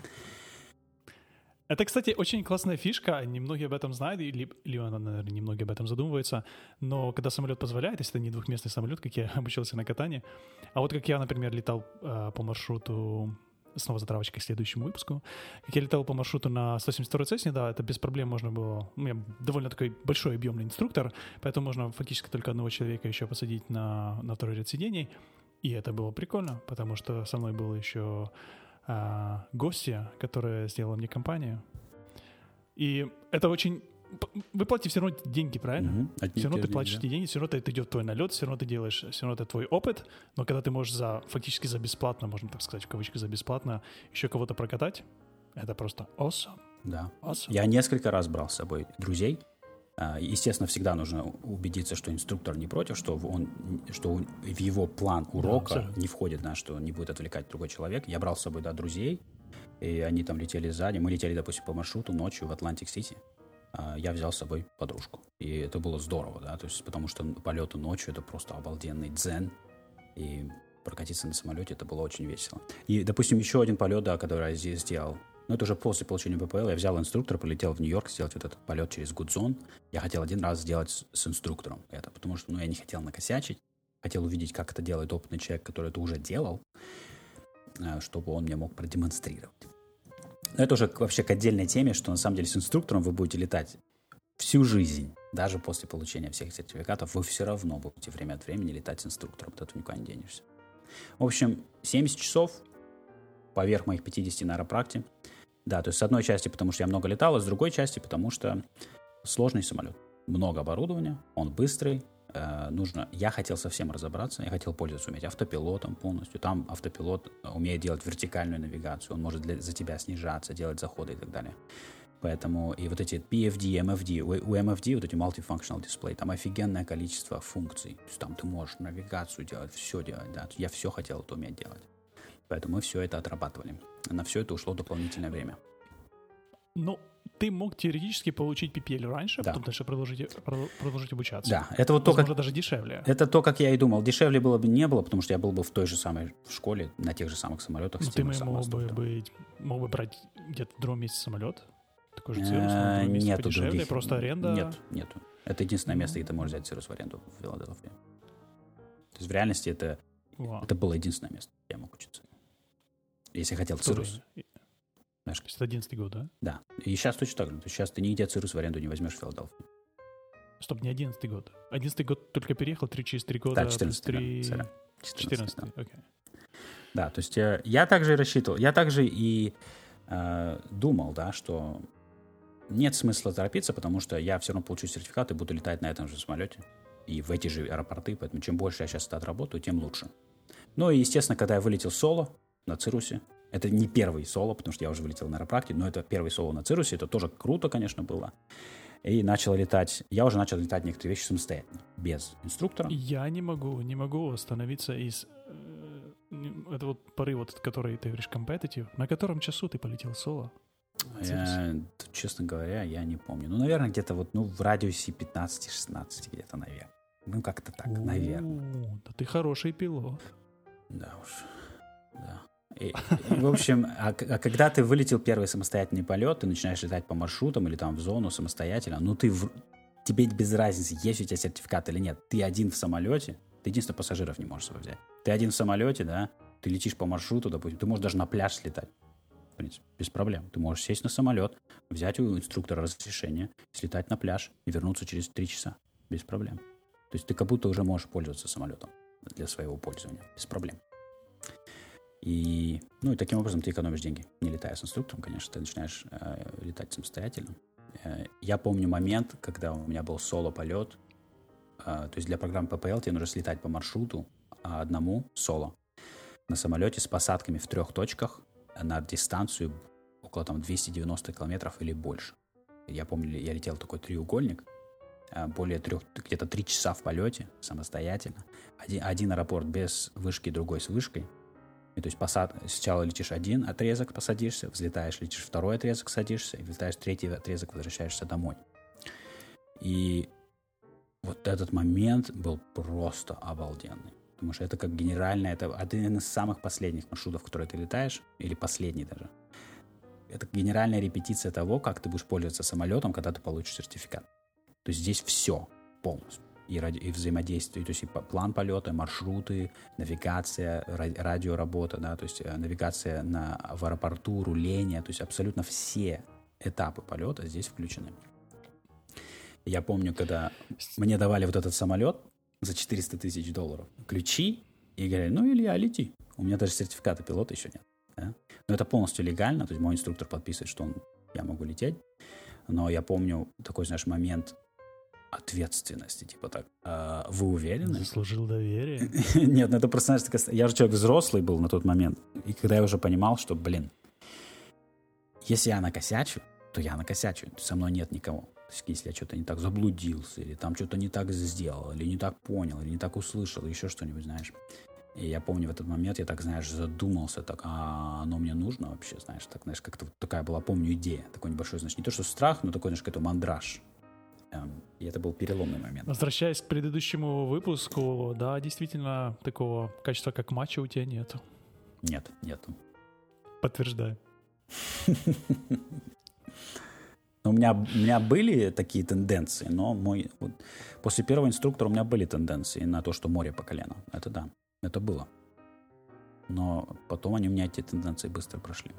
Это, кстати, очень классная фишка, немногие об этом знают, или наверное, немногие об этом задумываются, но когда самолет позволяет, если это не двухместный самолет, как я обучился на катании, а вот как я, например, летал по маршруту, снова затравочка к следующему выпуску, как я летал по маршруту на 172-й Cessna, да, это без проблем можно было, у меня довольно такой большой объемный инструктор, поэтому можно фактически только одного человека еще посадить на второй ряд сидений, и это было прикольно, потому что со мной был еще... гостья, которая сделала мне компанию. И это очень... Вы платите все равно деньги, правильно? Все равно ты платишь эти деньги, все равно это идет твой налет, все равно ты делаешь, все равно это твой опыт, но когда ты можешь фактически за бесплатно, можно так сказать, в кавычках за бесплатно, еще кого-то прокатать, это просто awesome. Да. Awesome. Я несколько раз брал с собой друзей. Естественно, всегда нужно убедиться, что инструктор не против, что в его план урока не входит, да, что не будет отвлекать другой человек. Я брал с собой, да, друзей, и они там летели сзади. Мы летели, допустим, по маршруту ночью в Атлантик-Сити. Я взял с собой подружку. И это было здорово, да, то есть потому что полеты ночью — это просто обалденный дзен. И прокатиться на самолете — это было очень весело. И, допустим, еще один полет, да, который я здесь сделал. Но это уже после получения ППЛ. Я взял инструктора, полетел в Нью-Йорк сделать вот этот полет через Гудзон. Я хотел один раз сделать с инструктором это, потому что я не хотел накосячить. Хотел увидеть, как это делает опытный человек, который это уже делал, чтобы он мне мог продемонстрировать. Но это уже вообще к отдельной теме, что на самом деле с инструктором вы будете летать всю жизнь. Даже после получения всех сертификатов вы все равно будете время от времени летать с инструктором. От этого никуда не денешься. В общем, 70 часов поверх моих 50 на аэропракте. Да, то есть с одной части, потому что я много летал, а с другой части, потому что сложный самолет. Много оборудования, он быстрый, я хотел совсем разобраться, я хотел пользоваться, уметь автопилотом полностью. Там автопилот умеет делать вертикальную навигацию, он может за тебя снижаться, делать заходы и так далее. Поэтому и вот эти PFD, MFD, у MFD вот эти Multifunctional Display, там офигенное количество функций. То есть там ты можешь навигацию делать, все делать, да. Я все хотел это уметь делать. Поэтому мы все это отрабатывали. На все это ушло дополнительное время. Ну, ты мог теоретически получить PPL раньше, да. Потом дальше продолжить обучаться. Да, это вот то, возможно, даже дешевле. Это то, как я и думал. Дешевле было бы не было, потому что я был бы в той же самой школе, на тех же самых самолетах. Ты мог бы брать где-то в другом месте самолет? Такой же Цирус, нету подешевле, других. Просто аренда? Нету. Это единственное место, где ты можешь взять Цирус в аренду в Филадельфии. То есть в реальности это было единственное место, где я мог учиться. Если хотел Цирус. Знаешь, это 11-й год, да? Да. И сейчас точно так же. То есть сейчас ты нигде Цирус в аренду не возьмешь в Филадельфии. Стоп, не 11-й год. 11-й год только переехал, через 3 года. Да, 14-й. 14-й, окей. Да, то есть я также и рассчитывал. Я также и думал, да, что нет смысла торопиться, потому что я все равно получу сертификат и буду летать на этом же самолете и в эти же аэропорты. Поэтому чем больше я сейчас это отработаю, тем лучше. Ну и, естественно, когда я вылетел соло на Цирусе, это не первый соло, потому что я уже вылетел на аэропракте, но это первый соло на Цирусе, это тоже круто, конечно, было. И начал летать, я уже начал летать некоторые вещи самостоятельно, без инструктора. Я не могу остановиться из... Это вот порыв, вот, который ты говоришь, competitive. На котором часу ты полетел соло? Честно говоря, я не помню. Ну, наверное, где-то вот, в радиусе 15-16 где-то, наверное. Ну, как-то так, наверное. Да ты хороший пилот. Да уж, да. И, в общем, когда ты вылетел первый самостоятельный полет, ты начинаешь летать по маршрутам или там в зону самостоятельно, тебе без разницы, есть у тебя сертификат или нет. Ты один в самолете, ты единственное пассажиров не можешь с собой взять. Ты один в самолете, да, ты летишь по маршруту, допустим, ты можешь даже на пляж слетать. В принципе, без проблем. Ты можешь сесть на самолет, взять у инструктора разрешение, слетать на пляж и вернуться через 3 часа. Без проблем. То есть ты как будто уже можешь пользоваться самолетом для своего пользования. Без проблем. И таким образом ты экономишь деньги. Не летая с инструктором, конечно, ты начинаешь летать самостоятельно. Я помню момент, когда у меня был соло-полет. То есть для программы ППЛ тебе нужно слетать по маршруту одному соло на самолете с посадками в 3 точках на дистанцию около 290 километров или больше. Я помню, я летел такой треугольник, где-то 3 часа в полете самостоятельно. Один аэропорт без вышки, другой с вышкой. И то есть сначала летишь один отрезок, посадишься, взлетаешь, летишь второй отрезок, садишься, и взлетаешь третий отрезок, возвращаешься домой. И вот этот момент был просто обалденный. Потому что это как генеральная, это один из самых последних маршрутов, которые ты летаешь, или последний даже. Это генеральная репетиция того, как ты будешь пользоваться самолетом, когда ты получишь сертификат. То есть здесь все полностью. И взаимодействие, то есть и план полета, маршруты, навигация, радиоработа, да, то есть навигация в аэропорту, руление, то есть абсолютно все этапы полета здесь включены. Я помню, когда мне давали вот этот самолет за $400 тысяч, ключи, и говорили, Илья, лети. У меня даже сертификата пилота еще нет. Да? Но это полностью легально, то есть мой инструктор подписывает, что я могу лететь. Но я помню такой, момент ответственности, типа так. Вы уверены? Заслужил доверие? Нет, это просто, я же человек взрослый был на тот момент. И когда я уже понимал, что, если я накосячу, то я накосячу. Со мной нет никого. То есть, если я что-то не так заблудился, или там что-то не так сделал, или не так понял, или не так услышал, или еще что-нибудь, знаешь. И я помню, в этот момент я так, задумался, так, оно мне нужно вообще, так, как-то вот такая была, помню, идея. Такой небольшой, не то, что страх, но такой, какой-то мандраж. И это был переломный момент. Возвращаясь к предыдущему выпуску, да, действительно, такого качества, как мачо, у тебя нету. Нету. Подтверждаю. У меня были такие тенденции, но после первого инструктора у меня были тенденции на то, что море по колено. Это да, это было. Но потом у меня эти тенденции быстро прошли.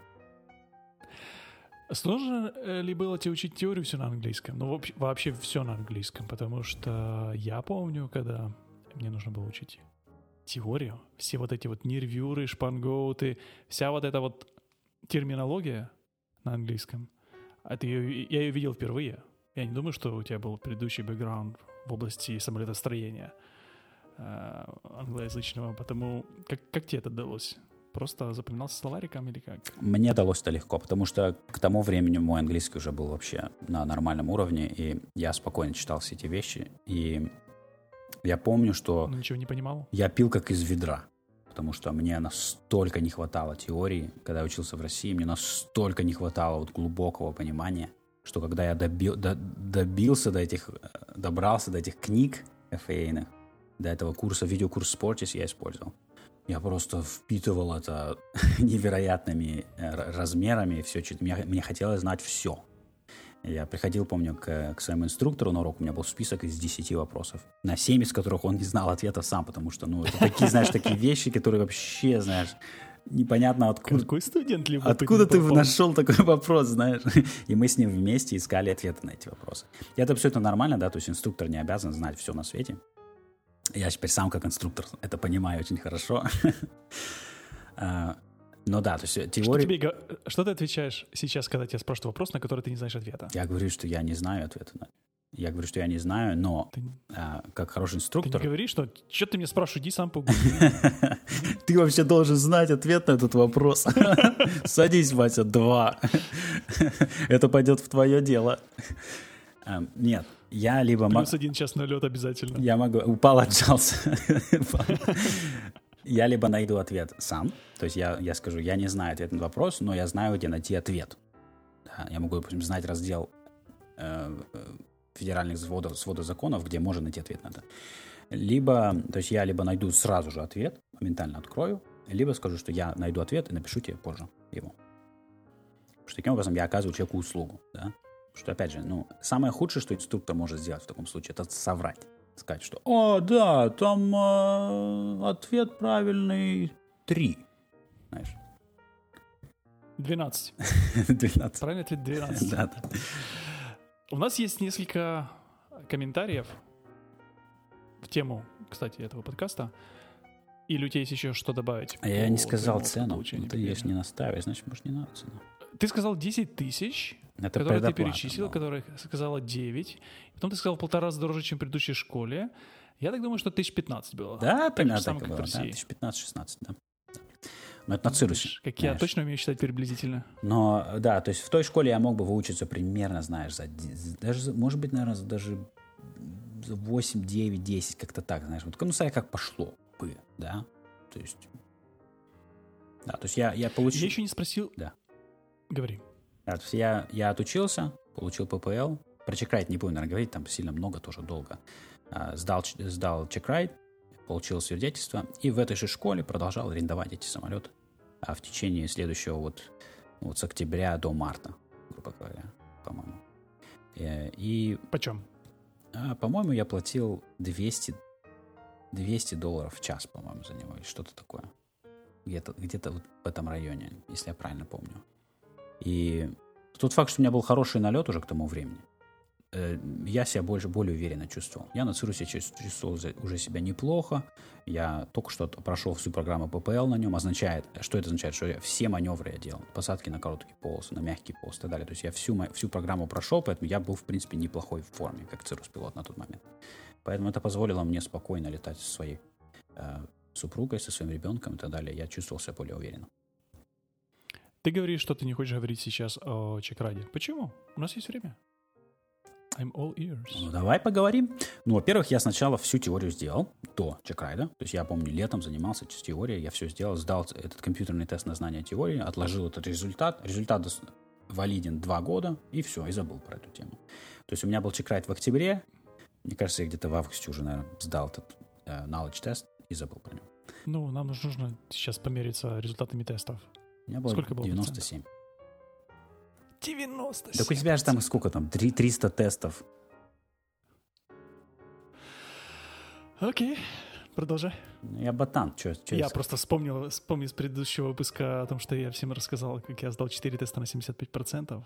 Сложно ли было тебе учить теорию все на английском? Вообще все на английском, потому что я помню, когда мне нужно было учить теорию, все вот эти вот нервюры, шпангоуты, вся вот эта вот терминология на английском, я ее видел впервые. Я не думаю, что у тебя был предыдущий бэкграунд в области самолетостроения англоязычного, потому как тебе это далось? Просто запоминался словариком или как? Мне далось это легко, потому что к тому времени мой английский уже был вообще на нормальном уровне, и я спокойно читал все эти вещи. И я помню, что... Ничего не понимал? Я пил как из ведра, потому что мне настолько не хватало теории. Когда я учился в России, мне настолько не хватало глубокого понимания, что когда я добрался до этих книг FAA-ных, до этого курса, видеокурс Sportis я использовал. Я просто впитывал это невероятными размерами. Мне хотелось знать все. Я приходил, помню, к своему инструктору на урок. У меня был список из 10 вопросов. На 7 из которых он не знал ответов сам, потому что, это такие вещи, которые вообще, непонятно откуда. Какой студент Откуда ты нашел такой вопрос, знаешь? И мы с ним вместе искали ответы на эти вопросы. И это абсолютно нормально, да, то есть инструктор не обязан знать все на свете. Я теперь сам как инструктор это понимаю очень хорошо. Но да, то есть теория... Что ты отвечаешь сейчас, когда тебя спрашивают вопрос, на который ты не знаешь ответа? Я говорю, что я не знаю ответа. Я говорю, что я не знаю, но как хороший инструктор... Ты не говоришь, что ты мне спрашиваешь, иди сам погугли. Ты вообще должен знать ответ на этот вопрос. Садись, Вася, 2. Это пойдет в твое дело. Нет, я либо... Плюс 1 час на лед обязательно. Я могу... Упал, отжался. Я либо найду ответ сам, то есть я скажу, я не знаю ответ на вопрос, но я знаю, где найти ответ. Да, я могу, допустим, знать раздел федеральных сводов законов, где можно найти ответ на это. То есть я либо найду сразу же ответ, моментально открою, либо скажу, что я найду ответ и напишу тебе позже его. Потому что таким образом я оказываю человеку услугу, да? что, опять же, ну, самое худшее, что инструктор может сделать в таком случае, это соврать. Сказать, что, да, там ответ правильный 3. Знаешь. 12. 12. Правильный ответ 12. Да. У нас есть несколько комментариев в тему, кстати, этого подкаста. Или у тебя есть еще что добавить? А я не сказал цену. Ты ее не наставишь, значит, может, не надо цену. Ты сказал 10 тысяч, это которые ты перечислил, которые сказала 9. Потом ты сказал в 1,5 раза дороже, чем в предыдущей школе. Я так думаю, что 15 было. Да, примерно так как было. в России. 15-16, да. Но это на Цирусе. Как я точно умею считать приблизительно. Но, да, то есть в той школе я мог бы выучиться примерно, знаешь, даже, может быть, наверное, даже 8, 9, 10, как-то так, знаешь. Вот, ну, смотря как пошло бы, да. То есть, да, то есть я получил... Я еще не спросил... Да. Говори. Да, то есть я отучился, получил ППЛ. Про чекрайт не буду, наверное, говорить, там сильно много, тоже долго. Сдал чекрайт, получил свидетельство, и в этой же школе продолжал арендовать эти самолеты в течение следующего вот с октября до марта, грубо говоря, по-моему. И почем? По-моему, я платил $200 в час, по-моему, за него, или что-то такое. Где-то вот в этом районе, если я правильно помню. И тот факт, что у меня был хороший налет уже к тому времени, я себя более уверенно чувствовал. Я на Цирусе чувствовал уже себя неплохо. Я только что прошел всю программу ППЛ на нем. Что это означает? Что все маневры я делал. Посадки на короткий полос, на мягкий полос и так далее. То есть я всю программу прошел, поэтому я был, в принципе, неплохой в форме, как Цирус-пилот на тот момент. Поэтому это позволило мне спокойно летать со своей супругой, со своим ребенком и так далее. Я чувствовал себя более уверенно. Ты говоришь, что ты не хочешь говорить сейчас о чекрайде. Почему? У нас есть время. I'm all ears. Ну, давай поговорим. Ну, во-первых, я сначала всю теорию сделал до чекрайда. То есть я, помню, летом занимался теорией, я все сделал, сдал этот компьютерный тест на знание теории, отложил этот результат. Результат валиден 2 года, и все, и забыл про эту тему. То есть у меня был чекрайд в октябре. Мне кажется, я где-то в августе уже, наверное, сдал этот knowledge тест и забыл про него. Ну, нам нужно сейчас помериться результатами тестов. У меня было сколько было 97. 97. Так у тебя же там сколько там? 300 тестов. Окей, продолжай. Я ботан. Я просто вспомнил из предыдущего выпуска о том, что я всем рассказал, как я сдал 4 теста на 75%.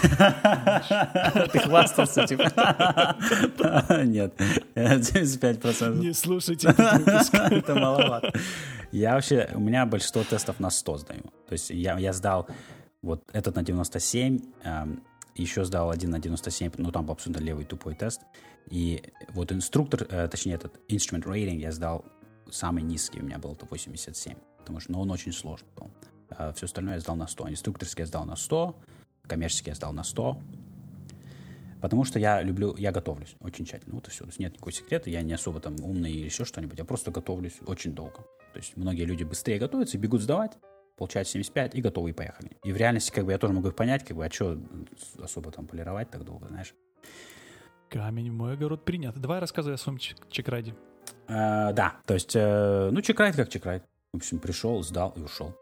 Ты хвастался, типа? Нет, 75%. Не слушайте этот выпуск. Это маловато. У меня большинство тестов на 100 сдаю. То есть я сдал вот этот на 97, еще сдал один на 97, ну там был абсолютно левый тупой тест. И вот инструктор, точнее этот instrument rating я сдал самый низкий, у меня был 87, потому что он очень сложный был. Все остальное я сдал на 100. Инструкторский я сдал на 100, коммерческий я сдал на 100. Потому что я готовлюсь очень тщательно. Вот и все. То есть нет никакого секрета, я не особо там умный или еще что-нибудь, я просто готовлюсь очень долго. То есть многие люди быстрее готовятся, бегут сдавать, получают 75 и готовы, и поехали. И в реальности, как бы, я тоже могу их понять, как бы, а что особо там полировать так долго, знаешь? Камень в мой огород принят. Давай рассказывай о своем чекрайде. Да, то есть, чекрайд как чекрайд. В общем, пришел, сдал и ушел.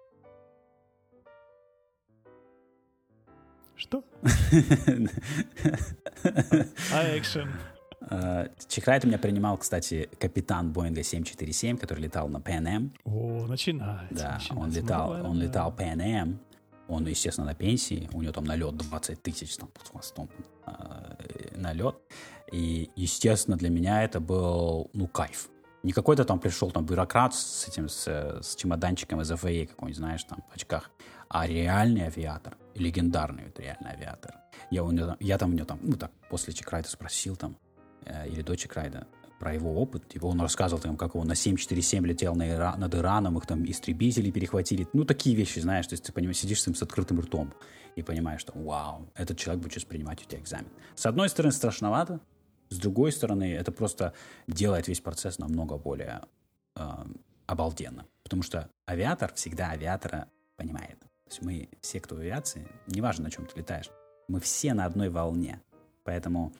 Что? Экшен. Чекрайд у меня принимал, кстати, капитан Боинга 747, который летал на Pan Am. О, начинается. Да, он летал Pan Am. Он, естественно, на пенсии. У него там налет 20 тысяч там, под хвостом налет. И, естественно, для меня это был, кайф. Не какой-то там пришел там бюрократ с чемоданчиком из ФАА какой-нибудь, знаешь, там в очках, а реальный авиатор, легендарный вот реальный авиатор. Я у него там, после чекрайда спросил там, или до чекрайда, про его опыт. Он рассказывал, там, как он на 747 летел над Ираном, их там истребители перехватили. Такие вещи, знаешь, то есть ты понимаешь, сидишь с открытым ртом и понимаешь, что вау, этот человек будет сейчас принимать у тебя экзамен. С одной стороны, страшновато, с другой стороны, это просто делает весь процесс намного более обалденно. Потому что авиатор всегда авиатора понимает. То есть мы все, кто в авиации, неважно, на чем ты летаешь, мы все на одной волне. Поэтому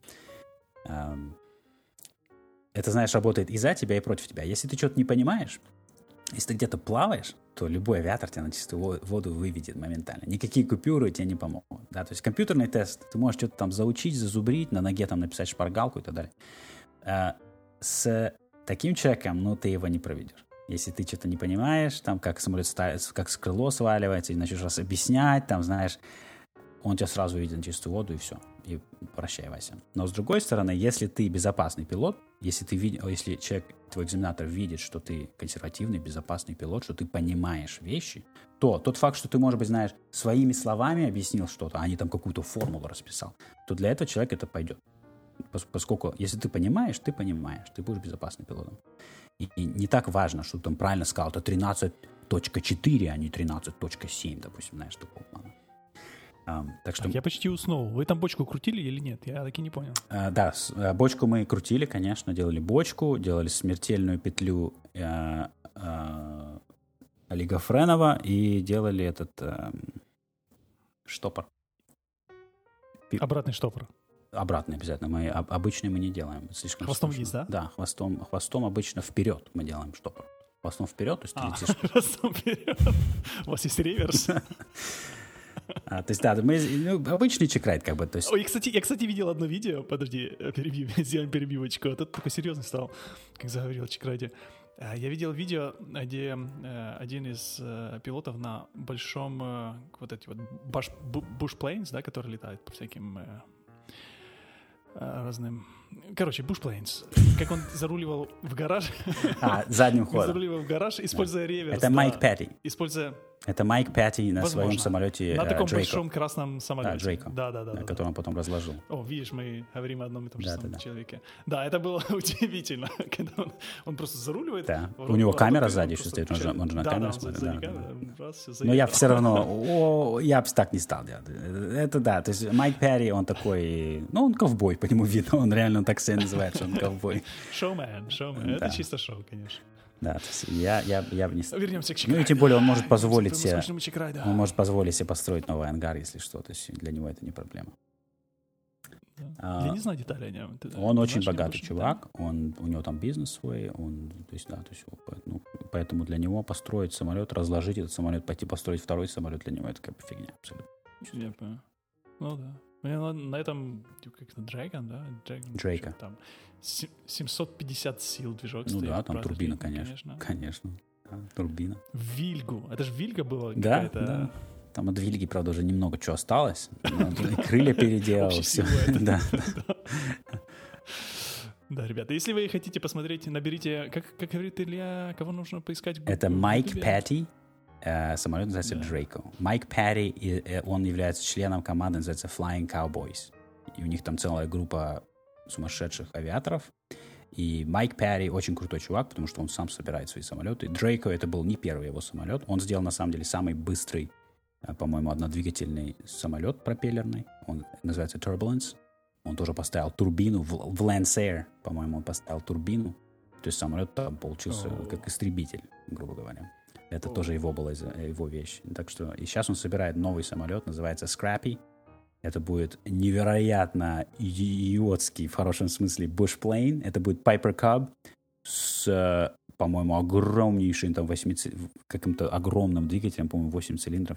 это, знаешь, работает и за тебя, и против тебя. Если ты что-то не понимаешь, Если ты где-то плаваешь, то любой авиатор тебя на чистую воду выведет моментально. Никакие купюры тебе не помогут. Да? То есть компьютерный тест, ты можешь что-то там заучить, зазубрить, на ноге там написать шпаргалку и так далее. С таким человеком, ну, ты его не проведешь. Если ты что-то не понимаешь, там, как самолет ставится, как крыло сваливается, и начнешь раз объяснять, там, знаешь, он тебя сразу видит на чистую воду, и все. И прощай, Вася. Но с другой стороны, если ты безопасный пилот, если человек, твой экзаменатор видит, что ты консервативный, безопасный пилот, что ты понимаешь вещи, то тот факт, что ты, может быть, знаешь, своими словами объяснил что-то, а не там какую-то формулу расписал, то для этого человека это пойдет. Поскольку, если ты понимаешь, ты будешь безопасным пилотом. И не так важно, что ты там правильно сказал, это 13.4, а не 13.7, допустим, знаешь, такого плана. Так что... Я почти уснул. Вы там бочку крутили или нет? Я таки не понял. Да, бочку мы крутили, конечно, делали бочку, делали смертельную петлю Олега Френова и делали этот штопор. Обратный штопор. Обратный обязательно. Обычный мы не делаем. Слишком хвостом вниз, да? Да, хвостом обычно вперед мы делаем штопор. Хвостом вперед, то есть ты летишь. Хвостом вперед. У вас есть реверс. То есть, да, мы обычный чекрайд, как бы. То есть... Ой, я, кстати, видел одно видео, подожди, сделаем перебивочку, а тут такой серьезный стал, как заговорил о чекрайде. Я видел видео, где один из пилотов на большом, вот эти вот bush planes, да, которые летают по всяким разным... Короче, bush planes. Как он заруливал в гараж. Задним ходом. Заруливал в гараж, используя реверс. Это Майк Петти. Используя... Это Майк Петти на своем самолете на таком Draco. большом красном самолете. Draco. Да. Который он потом разложил. О, видишь, мы говорим о одном и том же самом Да. человеке. Да, это было удивительно, когда он просто заруливает. Да. У него камера сзади еще стоит, он же на камеру смотрит. Но я все равно, я бы так не стал делать. Это да, то есть Майк Петти, он такой, ну, он ковбой, по нему видно, он реально так себя называет, что он ковбой. Шоумен, это чисто шоу, конечно. Да, то есть я бы не... Вернемся к чекрайду. Ну и тем более он может позволить себе построить новый ангар, если что. То есть для него это не проблема. Я не знаю деталей о нем. Он очень богатый чувак, у него там бизнес свой, поэтому для него построить самолет, разложить этот самолет, пойти построить второй самолет, для него это как бы фигня абсолютно. Я понял. Ну да. На этом, как-то Dragon, да? Draco. Там 750 сил движок стоит. Ну да, там турбина, видно, конечно. Да, турбина. Вильгу. Это же Вильга была какая-то... Да. Там от Вильги, правда, уже немного чего осталось. Крылья переделал, все. Да. Да, ребята, если вы хотите посмотреть, наберите... Как говорит Илья, кого нужно поискать? Это Майк Петти. Самолет называется Draco. Майк Петти, он является членом команды, называется Flying Cowboys. И у них там целая группа сумасшедших авиаторов. И Майк Петти очень крутой чувак, потому что он сам собирает свои самолеты. Draco — это был не первый его самолет. Он сделал, на самом деле, самый быстрый, по-моему, однодвигательный самолет пропеллерный. Он называется Turbulence. Он тоже поставил турбину. В Lancer, по-моему, он поставил турбину. То есть самолет там получился как истребитель, грубо говоря. Это тоже его вещь. Так что и сейчас он собирает новый самолет, называется Scrappy. Это будет невероятно идиотский, в хорошем смысле, bush plane. Это будет Piper Cub с, по-моему, огромнейшим, там, каким-то огромным двигателем, по-моему, 8 цилиндров,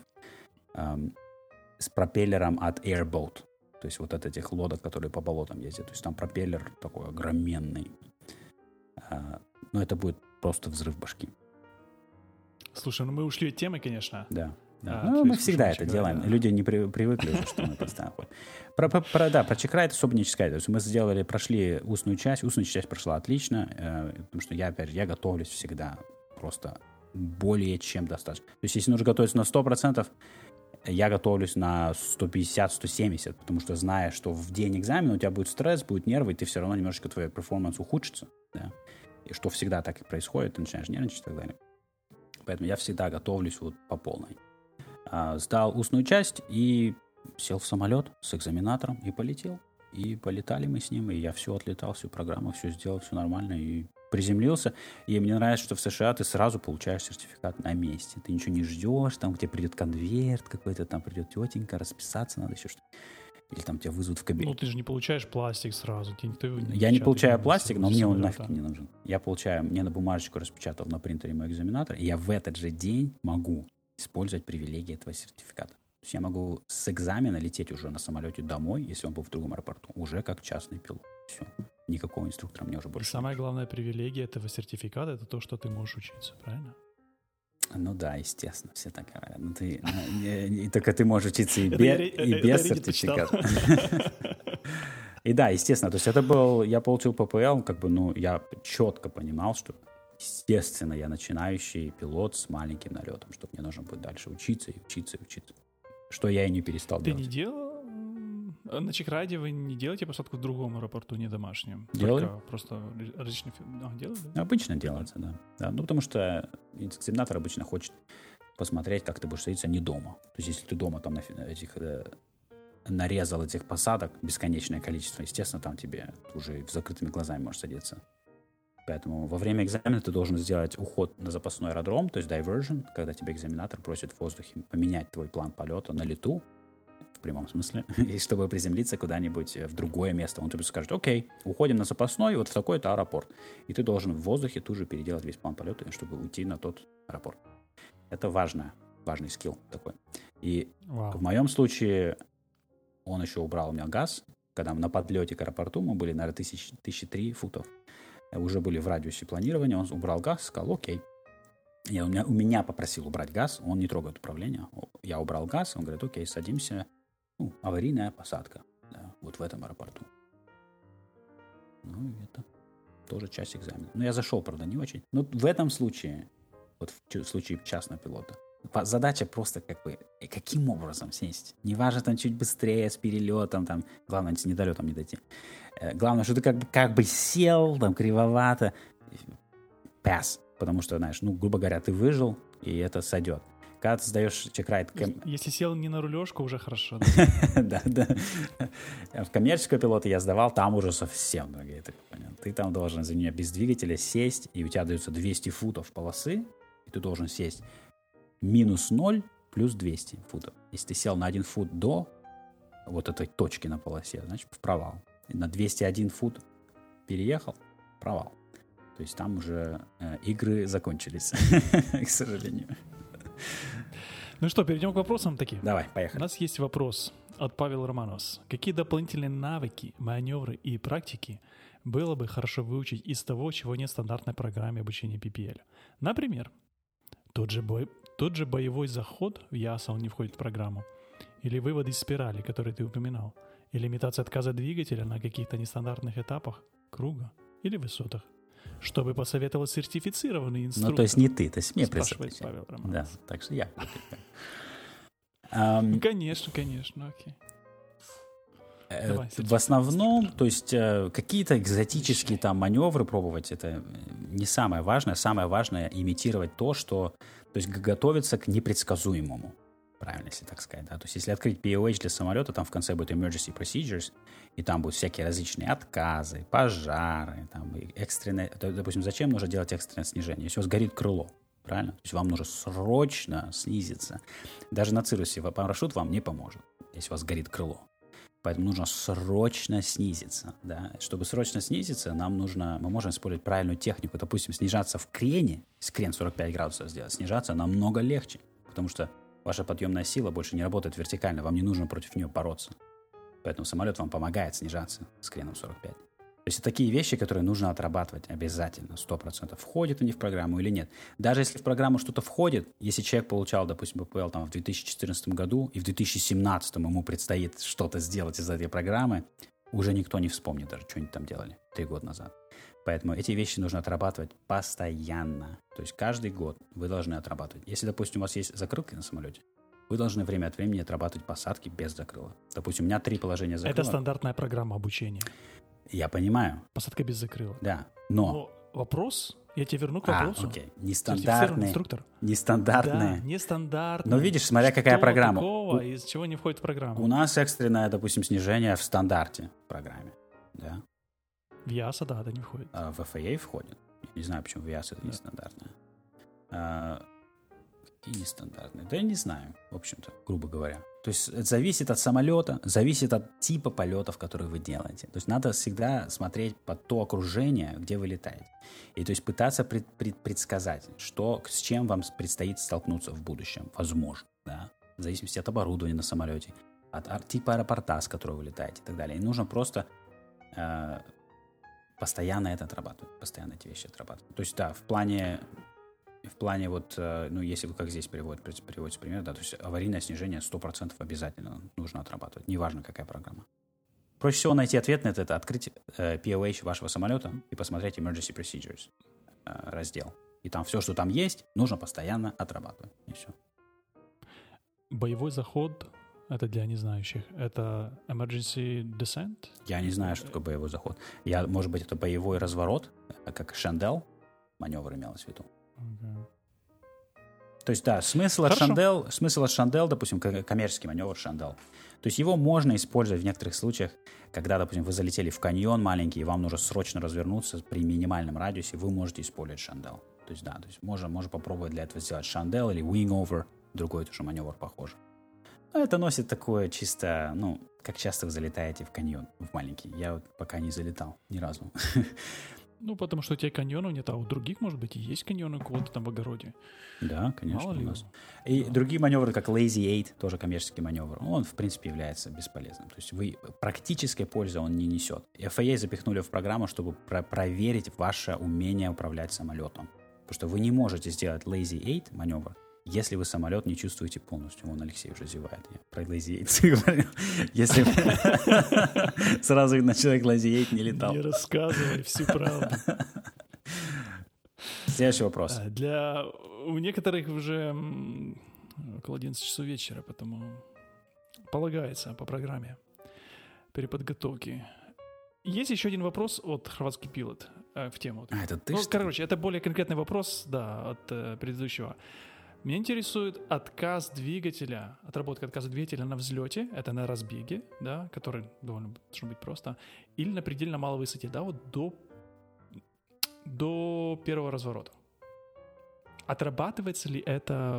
с пропеллером от Airboat. То есть вот от этих лодок, которые по болотам ездят. То есть там пропеллер такой огроменный. Но это будет просто взрыв башки. Слушай, ну мы ушли от темы, конечно. Да. Мы всегда это делаем. Да. Люди не привыкли уже, что мы постоянно ходим. Про чекрайд особо не чекать. То есть мы прошли устную часть. Устная часть прошла отлично, потому что я готовлюсь всегда просто более чем достаточно. То есть если нужно готовиться на 100%, я готовлюсь на 150-170, потому что зная, что в день экзамена у тебя будет стресс, будет нервы, и ты все равно немножечко твой перформанс ухудшится. Да? И что всегда так и происходит, ты начинаешь нервничать и так далее. Поэтому я всегда готовлюсь вот по полной. Сдал устную часть и сел в самолет с экзаменатором и полетел. И полетали мы с ним, и я все отлетал, всю программу, все сделал, все нормально, и приземлился. И мне нравится, что в США ты сразу получаешь сертификат на месте. Ты ничего не ждешь, там к тебе придет конверт какой-то, там придет тетенька, расписаться надо еще что-то. или там тебя вызовут в кабинет. Ну, ты же не получаешь пластик сразу. Я не получаю пластик, но мне он нафиг не нужен. Мне на бумажечку распечатал на принтере мой экзаменатор, и я в этот же день могу использовать привилегии этого сертификата. То есть я могу с экзамена лететь уже на самолете домой, если он был в другом аэропорту, уже как частный пилот. Все. Никакого инструктора мне уже больше. И самая главная привилегия этого сертификата — это то, что ты можешь учиться, правильно? Ну да, естественно, все так говорят. Только ты можешь учиться и без сертификата. И да, естественно, то есть я получил ППЛ, я четко понимал, что, естественно, я начинающий пилот с маленьким налетом, что мне нужно будет дальше учиться и учиться и учиться. Что я и не перестал делать. Ты не делал? На Чекраде вы не делаете посадку в другом аэропорту, не домашнем? Делали. Просто различные... делали? Обычно делается, да. Ну, потому что экзаменатор обычно хочет посмотреть, как ты будешь садиться не дома. То есть, если ты дома там нарезал этих посадок бесконечное количество, естественно, там тебе уже с закрытыми глазами можешь садиться. Поэтому во время экзамена ты должен сделать уход на запасной аэродром, то есть diversion, когда тебе экзаменатор просит в воздухе поменять твой план полета на лету, в прямом смысле, и чтобы приземлиться куда-нибудь в другое место. Он тебе скажет: окей, уходим на запасной вот в такой-то аэропорт. И ты должен в воздухе тут же переделать весь план полета, чтобы уйти на тот аэропорт. Это важный скилл такой. И в моем случае он еще убрал у меня газ. Когда на подлете к аэропорту, мы были, наверное, 1003 футов. Уже были в радиусе планирования, он убрал газ, сказал: окей. У меня попросил убрать газ, он не трогает управление. Я убрал газ, он говорит: окей, садимся. Аварийная посадка, да, вот в этом аэропорту. Ну, это тоже часть экзамена. Но я зашел, правда, не очень. Но в этом случае, вот в случае частного пилота, задача просто каким образом сесть. Неважно, там чуть быстрее, с перелетом, там, главное, с недолетом не дойти. Главное, что ты как бы сел, там, кривовато. Pass. Потому что, знаешь, грубо говоря, ты выжил, и это сойдет. Когда ты сдаешь чекрайд... Если сел не на рулежку, уже хорошо. Да. В коммерческого пилота я сдавал, там уже совсем другие. Ты там должен за нее без двигателя сесть, и у тебя дается 200 футов полосы, и ты должен сесть минус 0 плюс 200 футов. Если ты сел на 1 фут до вот этой точки на полосе, значит, в провал. И на 201 фут переехал — провал. То есть там уже игры закончились, к сожалению. Ну что, перейдем к вопросам таким. Давай, поехали. У нас есть вопрос от Павел Романовс. Какие дополнительные навыки, маневры и практики было бы хорошо выучить из того, чего нет в стандартной программе обучения PPL? Например, тот же боевой заход в ЯСА, он не входит в программу. Или вывод из спирали, который ты упоминал. Или имитация отказа двигателя на каких-то нестандартных этапах круга или высотах. Чтобы посоветовал сертифицированный инструктор. Ну, то есть не ты, то есть мне спрашивает Павел Романовс. Да, так что я. Конечно, окей. В основном, то есть какие-то экзотические там маневры пробовать, это не самое важное. Самое важное — имитировать то, что... То есть готовиться к непредсказуемому. Правильно, если так сказать. Да? То есть если открыть POH для самолета, там в конце будет Emergency Procedures, и там будут всякие различные отказы, пожары, там, экстренное... Допустим, зачем нужно делать экстренное снижение? Если у вас горит крыло, правильно? То есть вам нужно срочно снизиться. Даже на Цирусе парашют вам не поможет, если у вас горит крыло. Поэтому нужно срочно снизиться. Да? Чтобы срочно снизиться, мы можем использовать правильную технику. Допустим, снижаться в крене, крен 45 градусов сделать, снижаться намного легче, потому что ваша подъемная сила больше не работает вертикально, вам не нужно против нее бороться. Поэтому самолет вам помогает снижаться с креном 45. То есть это такие вещи, которые нужно отрабатывать обязательно, 100%. Входит они в программу или нет. Даже если в программу что-то входит, если человек получал, допустим, ППЛ там, в 2014 году, и в 2017 ему предстоит что-то сделать из этой программы, уже никто не вспомнит даже, что они там делали 3 года назад. Поэтому эти вещи нужно отрабатывать постоянно. То есть каждый год вы должны отрабатывать. Если, допустим, у вас есть закрылки на самолете, вы должны время от времени отрабатывать посадки без закрыла. Допустим, у меня 3 положения закрыла. Это стандартная программа обучения. Я понимаю. Посадка без закрыла. Да, но вопрос, я тебя верну к вопросу. Окей. Нестандартные. Инструктор. Нестандартные. Да, нестандартные. Но видишь, смотря какая программа. Такого, из чего не входит в программу? У нас экстренное, допустим, снижение в стандарте в программе. Да. В ЯСА, да, это не входит. В FAA входит. Я не знаю, почему в ЯСА это нестандартное. Какие нестандартные? Да я не знаю, в общем-то, грубо говоря. То есть это зависит от самолета, зависит от типа полетов, которые вы делаете. То есть надо всегда смотреть под то окружение, где вы летаете. И то есть пытаться предсказать, с чем вам предстоит столкнуться в будущем. Возможно, да. В зависимости от оборудования на самолете, от типа аэропорта, с которого вы летаете и так далее. И нужно просто постоянно это отрабатывать, постоянно эти вещи отрабатывать. То есть, да, в плане вот, если вы как здесь приводите пример, да, то есть аварийное снижение 100% обязательно нужно отрабатывать, неважно какая программа. Проще всего найти ответ на это открыть POH вашего самолета и посмотреть Emergency Procedures раздел. И там все, что там есть, нужно постоянно отрабатывать. И все. Боевой заход, это для незнающих, это Emergency Descent? Я не знаю, что такое боевой заход. Может быть, это боевой разворот, как Шандел, маневр имелось в виду. Okay. То есть, да, смысл от Шандел, допустим, коммерческий маневр Шандел. То есть его можно использовать в некоторых случаях, когда, допустим, вы залетели в каньон маленький, и вам нужно срочно развернуться при минимальном радиусе, вы можете использовать Шандел. То есть, да, то есть можно попробовать для этого сделать Шандел или Wing Over, другой тоже маневр похожий. Но это носит такое чисто, как часто вы залетаете в каньон, в маленький. Я вот пока не залетал ни разу. Потому что у тебя каньонов нет, а у других, может быть, и есть каньоны у кого-то там в огороде. Да, конечно, у нас. И другие маневры, как Lazy 8, тоже коммерческий маневр, он, в принципе, является бесполезным. То есть практической пользы он не несет. FAA запихнули в программу, чтобы проверить ваше умение управлять самолетом. Потому что вы не можете сделать Lazy 8 маневр, если вы самолет не чувствуете полностью. Вон Алексей уже зевает. Я про Lazy 8 говорил. Если сразу видно, человек Lazy 8 не летал. Не рассказывай всю правду. Следующий вопрос. У некоторых уже около 11 часов вечера, потому полагается по программе переподготовки. Есть еще один вопрос от хорватский пилот в тему. Это ты, это более конкретный вопрос, да, от предыдущего. Меня интересует отработка отказа двигателя на взлете, это на разбеге, да, который должен быть просто, или на предельно малой высоте, да, вот до первого разворота. Отрабатывается ли это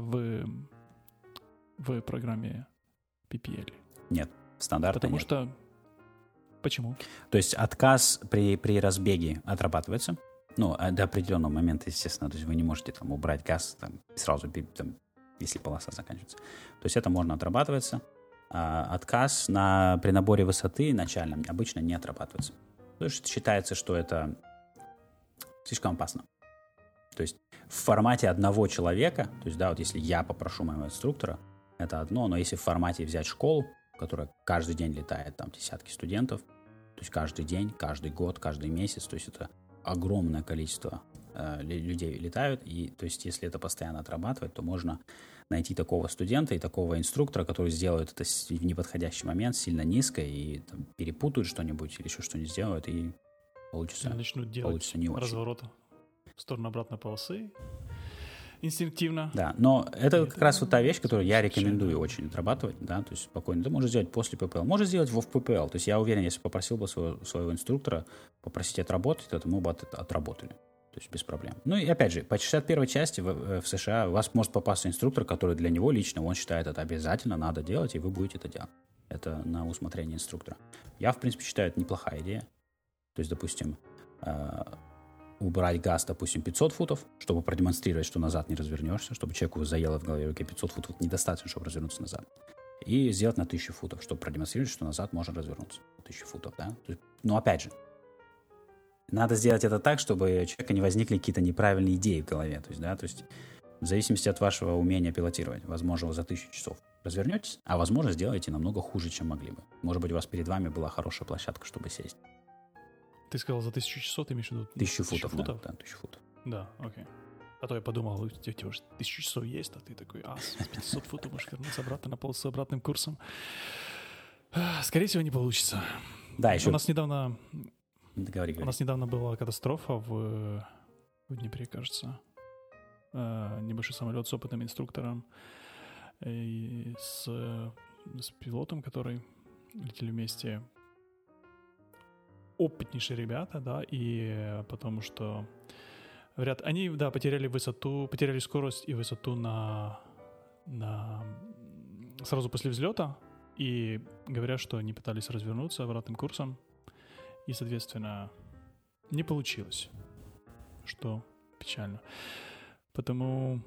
в программе PPL? Нет, стандартно Потому нет. что... Почему? То есть отказ при разбеге отрабатывается. До определенного момента, естественно, то есть вы не можете там убрать газ сразу, если полоса заканчивается. То есть это можно отрабатываться. Отказ при наборе высоты начальном обычно не отрабатывается. Потому что считается, что это слишком опасно. То есть в формате одного человека, то есть, да, вот если я попрошу моего инструктора, это одно, но если в формате взять школу, которая каждый день летает, там десятки студентов, то есть каждый день, каждый год, каждый месяц, то есть это огромное количество людей летают, и то есть если это постоянно отрабатывать, то можно найти такого студента и такого инструктора, который сделает это в неподходящий момент, сильно низко, и перепутают что-нибудь или еще что-нибудь сделают, и получится, начнут делать не очень. Разворот в сторону обратной полосы инстинктивно. Да, но это как раз вот та вещь, которую я рекомендую очень отрабатывать, да, то есть спокойно. Ты можешь сделать после ППЛ, можешь сделать в ППЛ. То есть я уверен, если попросил бы своего инструктора попросить отработать, то мы бы отработали. То есть без проблем. И опять же, по 61-й части в США у вас может попасться инструктор, который для него лично, он считает это обязательно, надо делать, и вы будете это делать. Это на усмотрение инструктора. Я, в принципе, считаю, это неплохая идея. То есть, допустим, убрать газ, допустим, 500 футов, чтобы продемонстрировать, что назад не развернешься, чтобы человеку заело в голове, окей, 500 футов недостаточно, чтобы развернуться назад. И сделать на 1000 футов, чтобы продемонстрировать, что назад можно развернуться. 1000 футов, да? Но опять же, надо сделать это так, чтобы у человека не возникли какие-то неправильные идеи в голове. То есть, да, то есть в зависимости от вашего умения пилотировать, возможно, вы за 1000 часов развернетесь, а возможно, сделаете намного хуже, чем могли бы. Может быть, у вас перед вами была хорошая площадка, чтобы сесть. Ты сказал, за 1000 часов ты имеешь в виду? 1000 футов, да, 1000 футов. Да, окей. А то я подумал, у тебя уже 1000 часов есть, а ты такой, с 500 футов можешь вернуться обратно на полосу обратным курсом. Скорее всего, не получится. Да, еще... У нас недавно Говори. У нас недавно была катастрофа в Днепре, кажется. Небольшой самолет с опытным инструктором и с пилотом, который летели вместе. Опытнейшие ребята, да, и потому что они, да, потеряли скорость и высоту на сразу после взлета, и говорят, что они пытались развернуться обратным курсом, и, соответственно, не получилось, что печально. Потому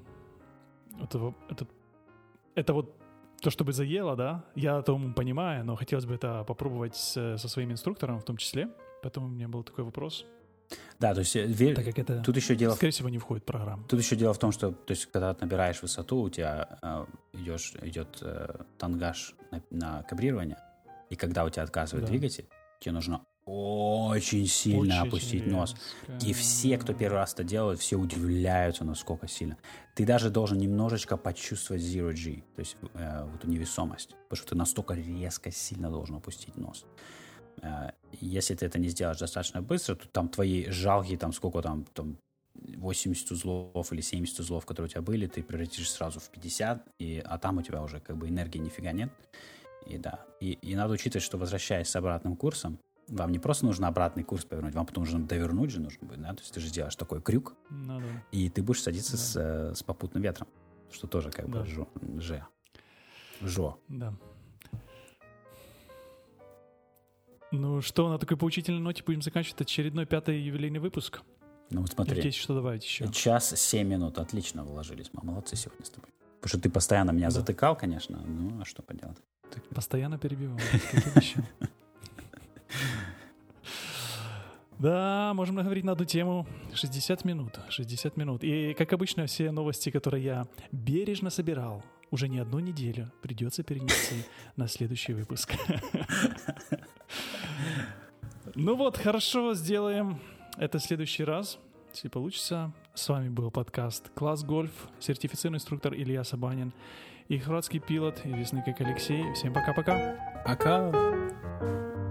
это вот то, что бы заело, да, я это понимаю, но хотелось бы это попробовать со своим инструктором в том числе, поэтому у меня был такой вопрос. Да, то есть так как это, тут еще дело, скорее всего, не входит в программу. Тут еще дело в том, что, то есть, когда ты набираешь высоту, у тебя идет тангаж на кабрирование, и когда у тебя отказывает двигатель, тебе нужно очень сильно опустить нос. И все, кто первый раз это делает, все удивляются, насколько сильно. Ты даже должен немножечко почувствовать zero G, то есть вот эту невесомость, потому что ты настолько резко сильно должен опустить нос. Если ты это не сделаешь достаточно быстро, то там твои жалкие, там сколько там 80 узлов или 70 узлов, которые у тебя были, ты превратишь сразу в 50, а там у тебя уже как бы энергии нифига нет. И да, и надо учитывать, что, возвращаясь с обратным курсом, вам не просто нужно обратный курс повернуть, вам потом нужно довернуть же нужно будет, да? То есть ты же сделаешь такой крюк, и ты будешь садиться с попутным ветром, что тоже как бы жо. Да. Ну что, на такой поучительной ноте будем заканчивать очередной 5-й юбилейный выпуск. Ну вот смотри. Есть что добавить еще? Час 7 минут. Отлично вложились. Мы молодцы сегодня с тобой. Потому что ты постоянно меня затыкал, конечно. Ну, а что поделать? Постоянно перебивал. Как обещал. Да, можем говорить на одну тему 60 минут. 60 минут. И, как обычно, все новости, которые я бережно собирал уже не одну неделю, придется перенести на следующий выпуск. Ну вот, хорошо, сделаем это в следующий раз, если получится. С вами был подкаст «Класс Гольф», сертифицированный инструктор Илья Сабанин и хорватский пилот, известный как Алексей. Всем пока-пока. Пока.